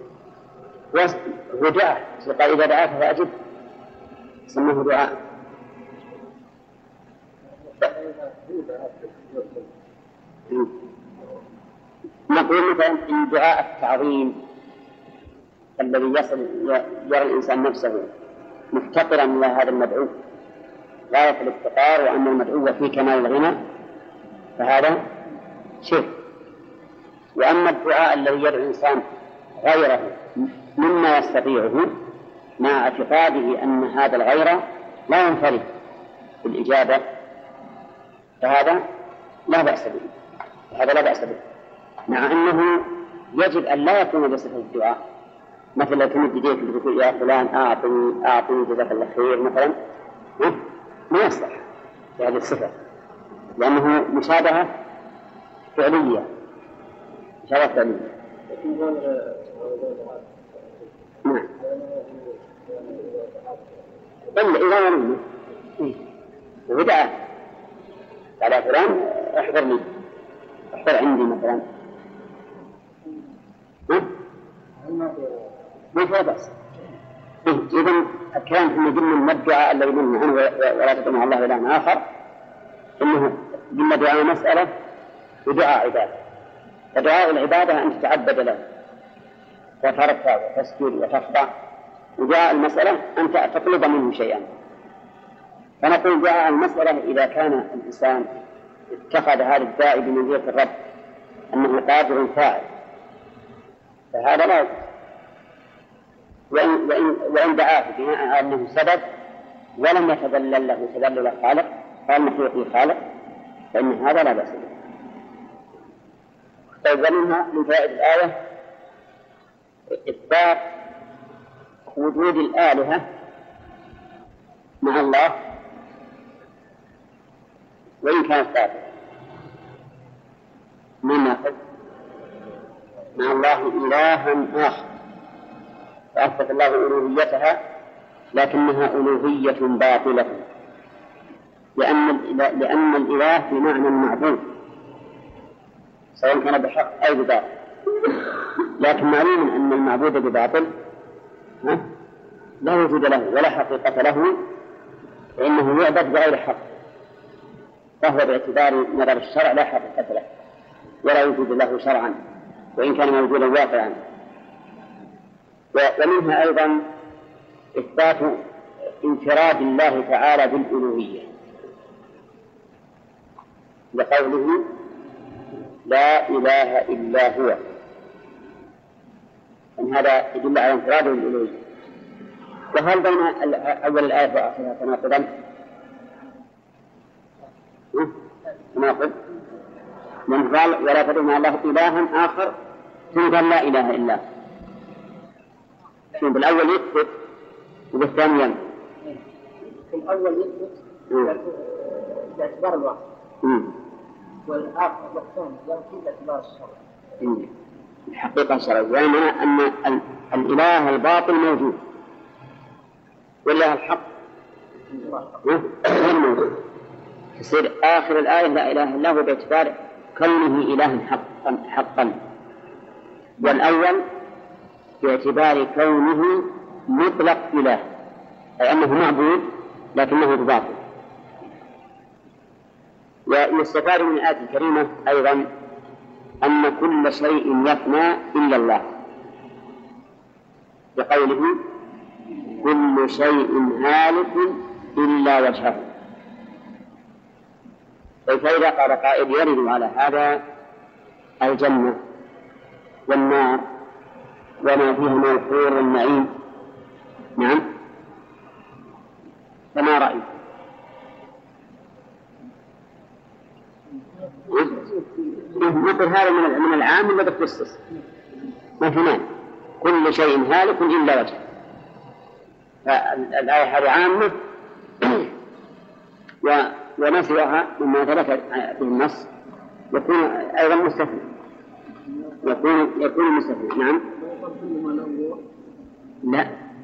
هو دعاء، قال إذا دعاك فأجب، سموه دعاء. نقول مثلا إن دعاء التعظيم الذي يصل يرى الإنسان نفسه مفتقرا إلى هذا المدعو غاية الافتقار وأن المدعو في كمال الغنى فهذا شرك. وأما الدعاء الذي يدعو الإنسان غيره مما يستطيعه مع اعتقاده أن هذا الغير لا ينفرد بالإجابة فهذا لا بأس به، هذا لا بأس به، مع أنه يجب أن لا يكون بصفة الدعاء. مثلا تمد يديك وتقول يا فلان أعطني أعطني جزاك الله خير مثلا، ما يصلح بهذه الصفة لأنه مشابهة فعلية، مشابهة فعلية. نعم. إلا إذا ظلمنا ودعا على فلان احضرني احضر عندي مثلا، ها؟ ما في بأس. إذن الكلام في ضمن الدعاء الذي منه عنه ولا تدعو مع الله إلها آخر إنه ضمن دعاء مسألة ودعاء عبادة. فدعاء العبادة أن تتعبد له وترفع وتسجد وتخضع، ودعاء المسألة أن تطلب منه شيئا. فنقول دعاء المسألة إذا كان الإنسان اتخذ هذا الداعي بمنزلة الرب أنه قادر فاعل فهذا لا يجوز. وإن, وإن, وإن دعاه بناء على أنه سبب ولم يتذلل له تذلل الخالق قال مخلوق الخالق فإن هذا لا بأس به. طيب ومنها من فوائد الآية إثبات وجود الآلهة مع الله وإن كانت ثابتة. من نأخذ مع الله إلها آخر فأثبت الله ألوهيتها لكنها ألوهية باطلة لأن الإله, لأن الإله بمعنى المعبود سواء كان بحق أو بباطل، لكن معلوم أن المعبود بباطل لا وجود له ولا حقيقة له فإنه يعبد بغير حق فهو باعتبار نظر الشرع لا حقيقة له ولا وجود له شرعا وإن كان موجودا واقعا. ومنها أيضا إثبات انفراد الله تعالى بالألوهية لقوله لا إله إلا هو، أن هذا يدل على انفراده بالألوهية. وهل بين أول الآية وآخرها تناقضا؟ تناقض من قال ولا تدعو مع الله إلها آخر ثم قال لا إله إلا. شوف بالأول يثبت وبالثاني ينفي. في الأول يثبت باعتبار الواقع والآخر والثاني ينفي باعتبار الشرع. الحقيقة الشرعية يعني أن الإله الباطل موجود والله الحق غير موجود. تصير آخر الآية لا إله إلا هو باعتبار كونه إلها حقا, حقا. والأول باعتبار كونه مطلق إله أي أنه معبود لكنه باطل. ويستفاد من الآية الكريمة أيضا أن كل شيء يفنى إلا الله بقوله كل شيء هالك إلا وجهه. فإذا قال قائل يرد على هذا الجنة والنار وما فيها من الحور والنعيم، نعم، فما رأيك؟ مثل هذا من العام ولا بتخصص؟ ما في مانع كل شيء هالك إلا وجهه. فالآية هذه عامة ونسيها مما ثبت في النص يكون أيضا مستثنى يكون يكون مستثنى. نعم لا،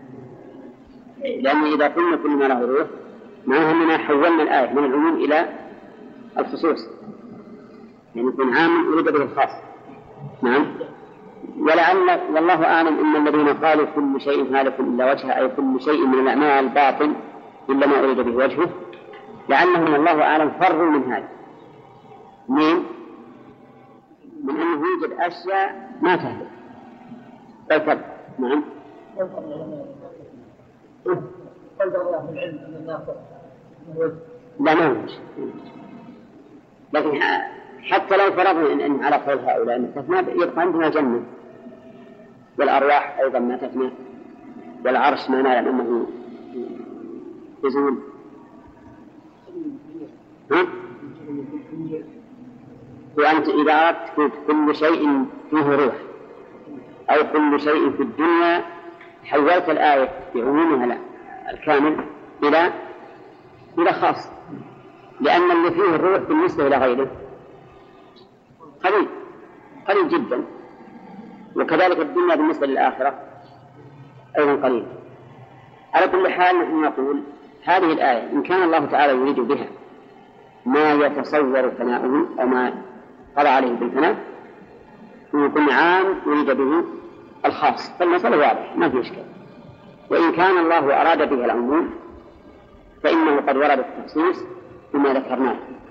لأن إذا قلنا كل ما له روح معناها أننا حولنا الآية من العموم إلى الخصوص يعني يكون عام يريد به الخاص. نعم. ولعل والله أعلم إن الذين قالوا كل شيء هالك إلا وجهه أي كل شيء من الأعمال باطل إلا ما أريد به وجهه لعلهم الله أعلم فروا من هذا من من أنه يوجد أشياء ما تهلك بل تبقى. نعم. قال الله العلم أن الناس لا ما وجه. لكن حتى لو فرضنا إن, إن على قول هؤلاء أن تفنى يبقى عندنا الجنة والأرواح أيضا ما تفنى والعرش ما نعلم أنه يزول. ها؟ وأنت إذا أردت كل شيء فيه روح أو كل شيء في الدنيا حولت الآية بعمومها الكامل إلى إلى خاص، لأن اللي فيه الروح بالنسبة إلى غيره قليل قليل جدا، وكذلك الدنيا بالنسبة للآخرة أيضا قليل. على كل حال نحن نقول هذه الآية إن كان الله تعالى يريد بها ما يتصور فناؤه أو ما قضى عليه بالفناء يكون عام يريد به الخاص، فالمسألة واضح ما في إشكال. وإن كان الله أراد به العموم فإنه قد ورد التخصيص بما ذكرناه.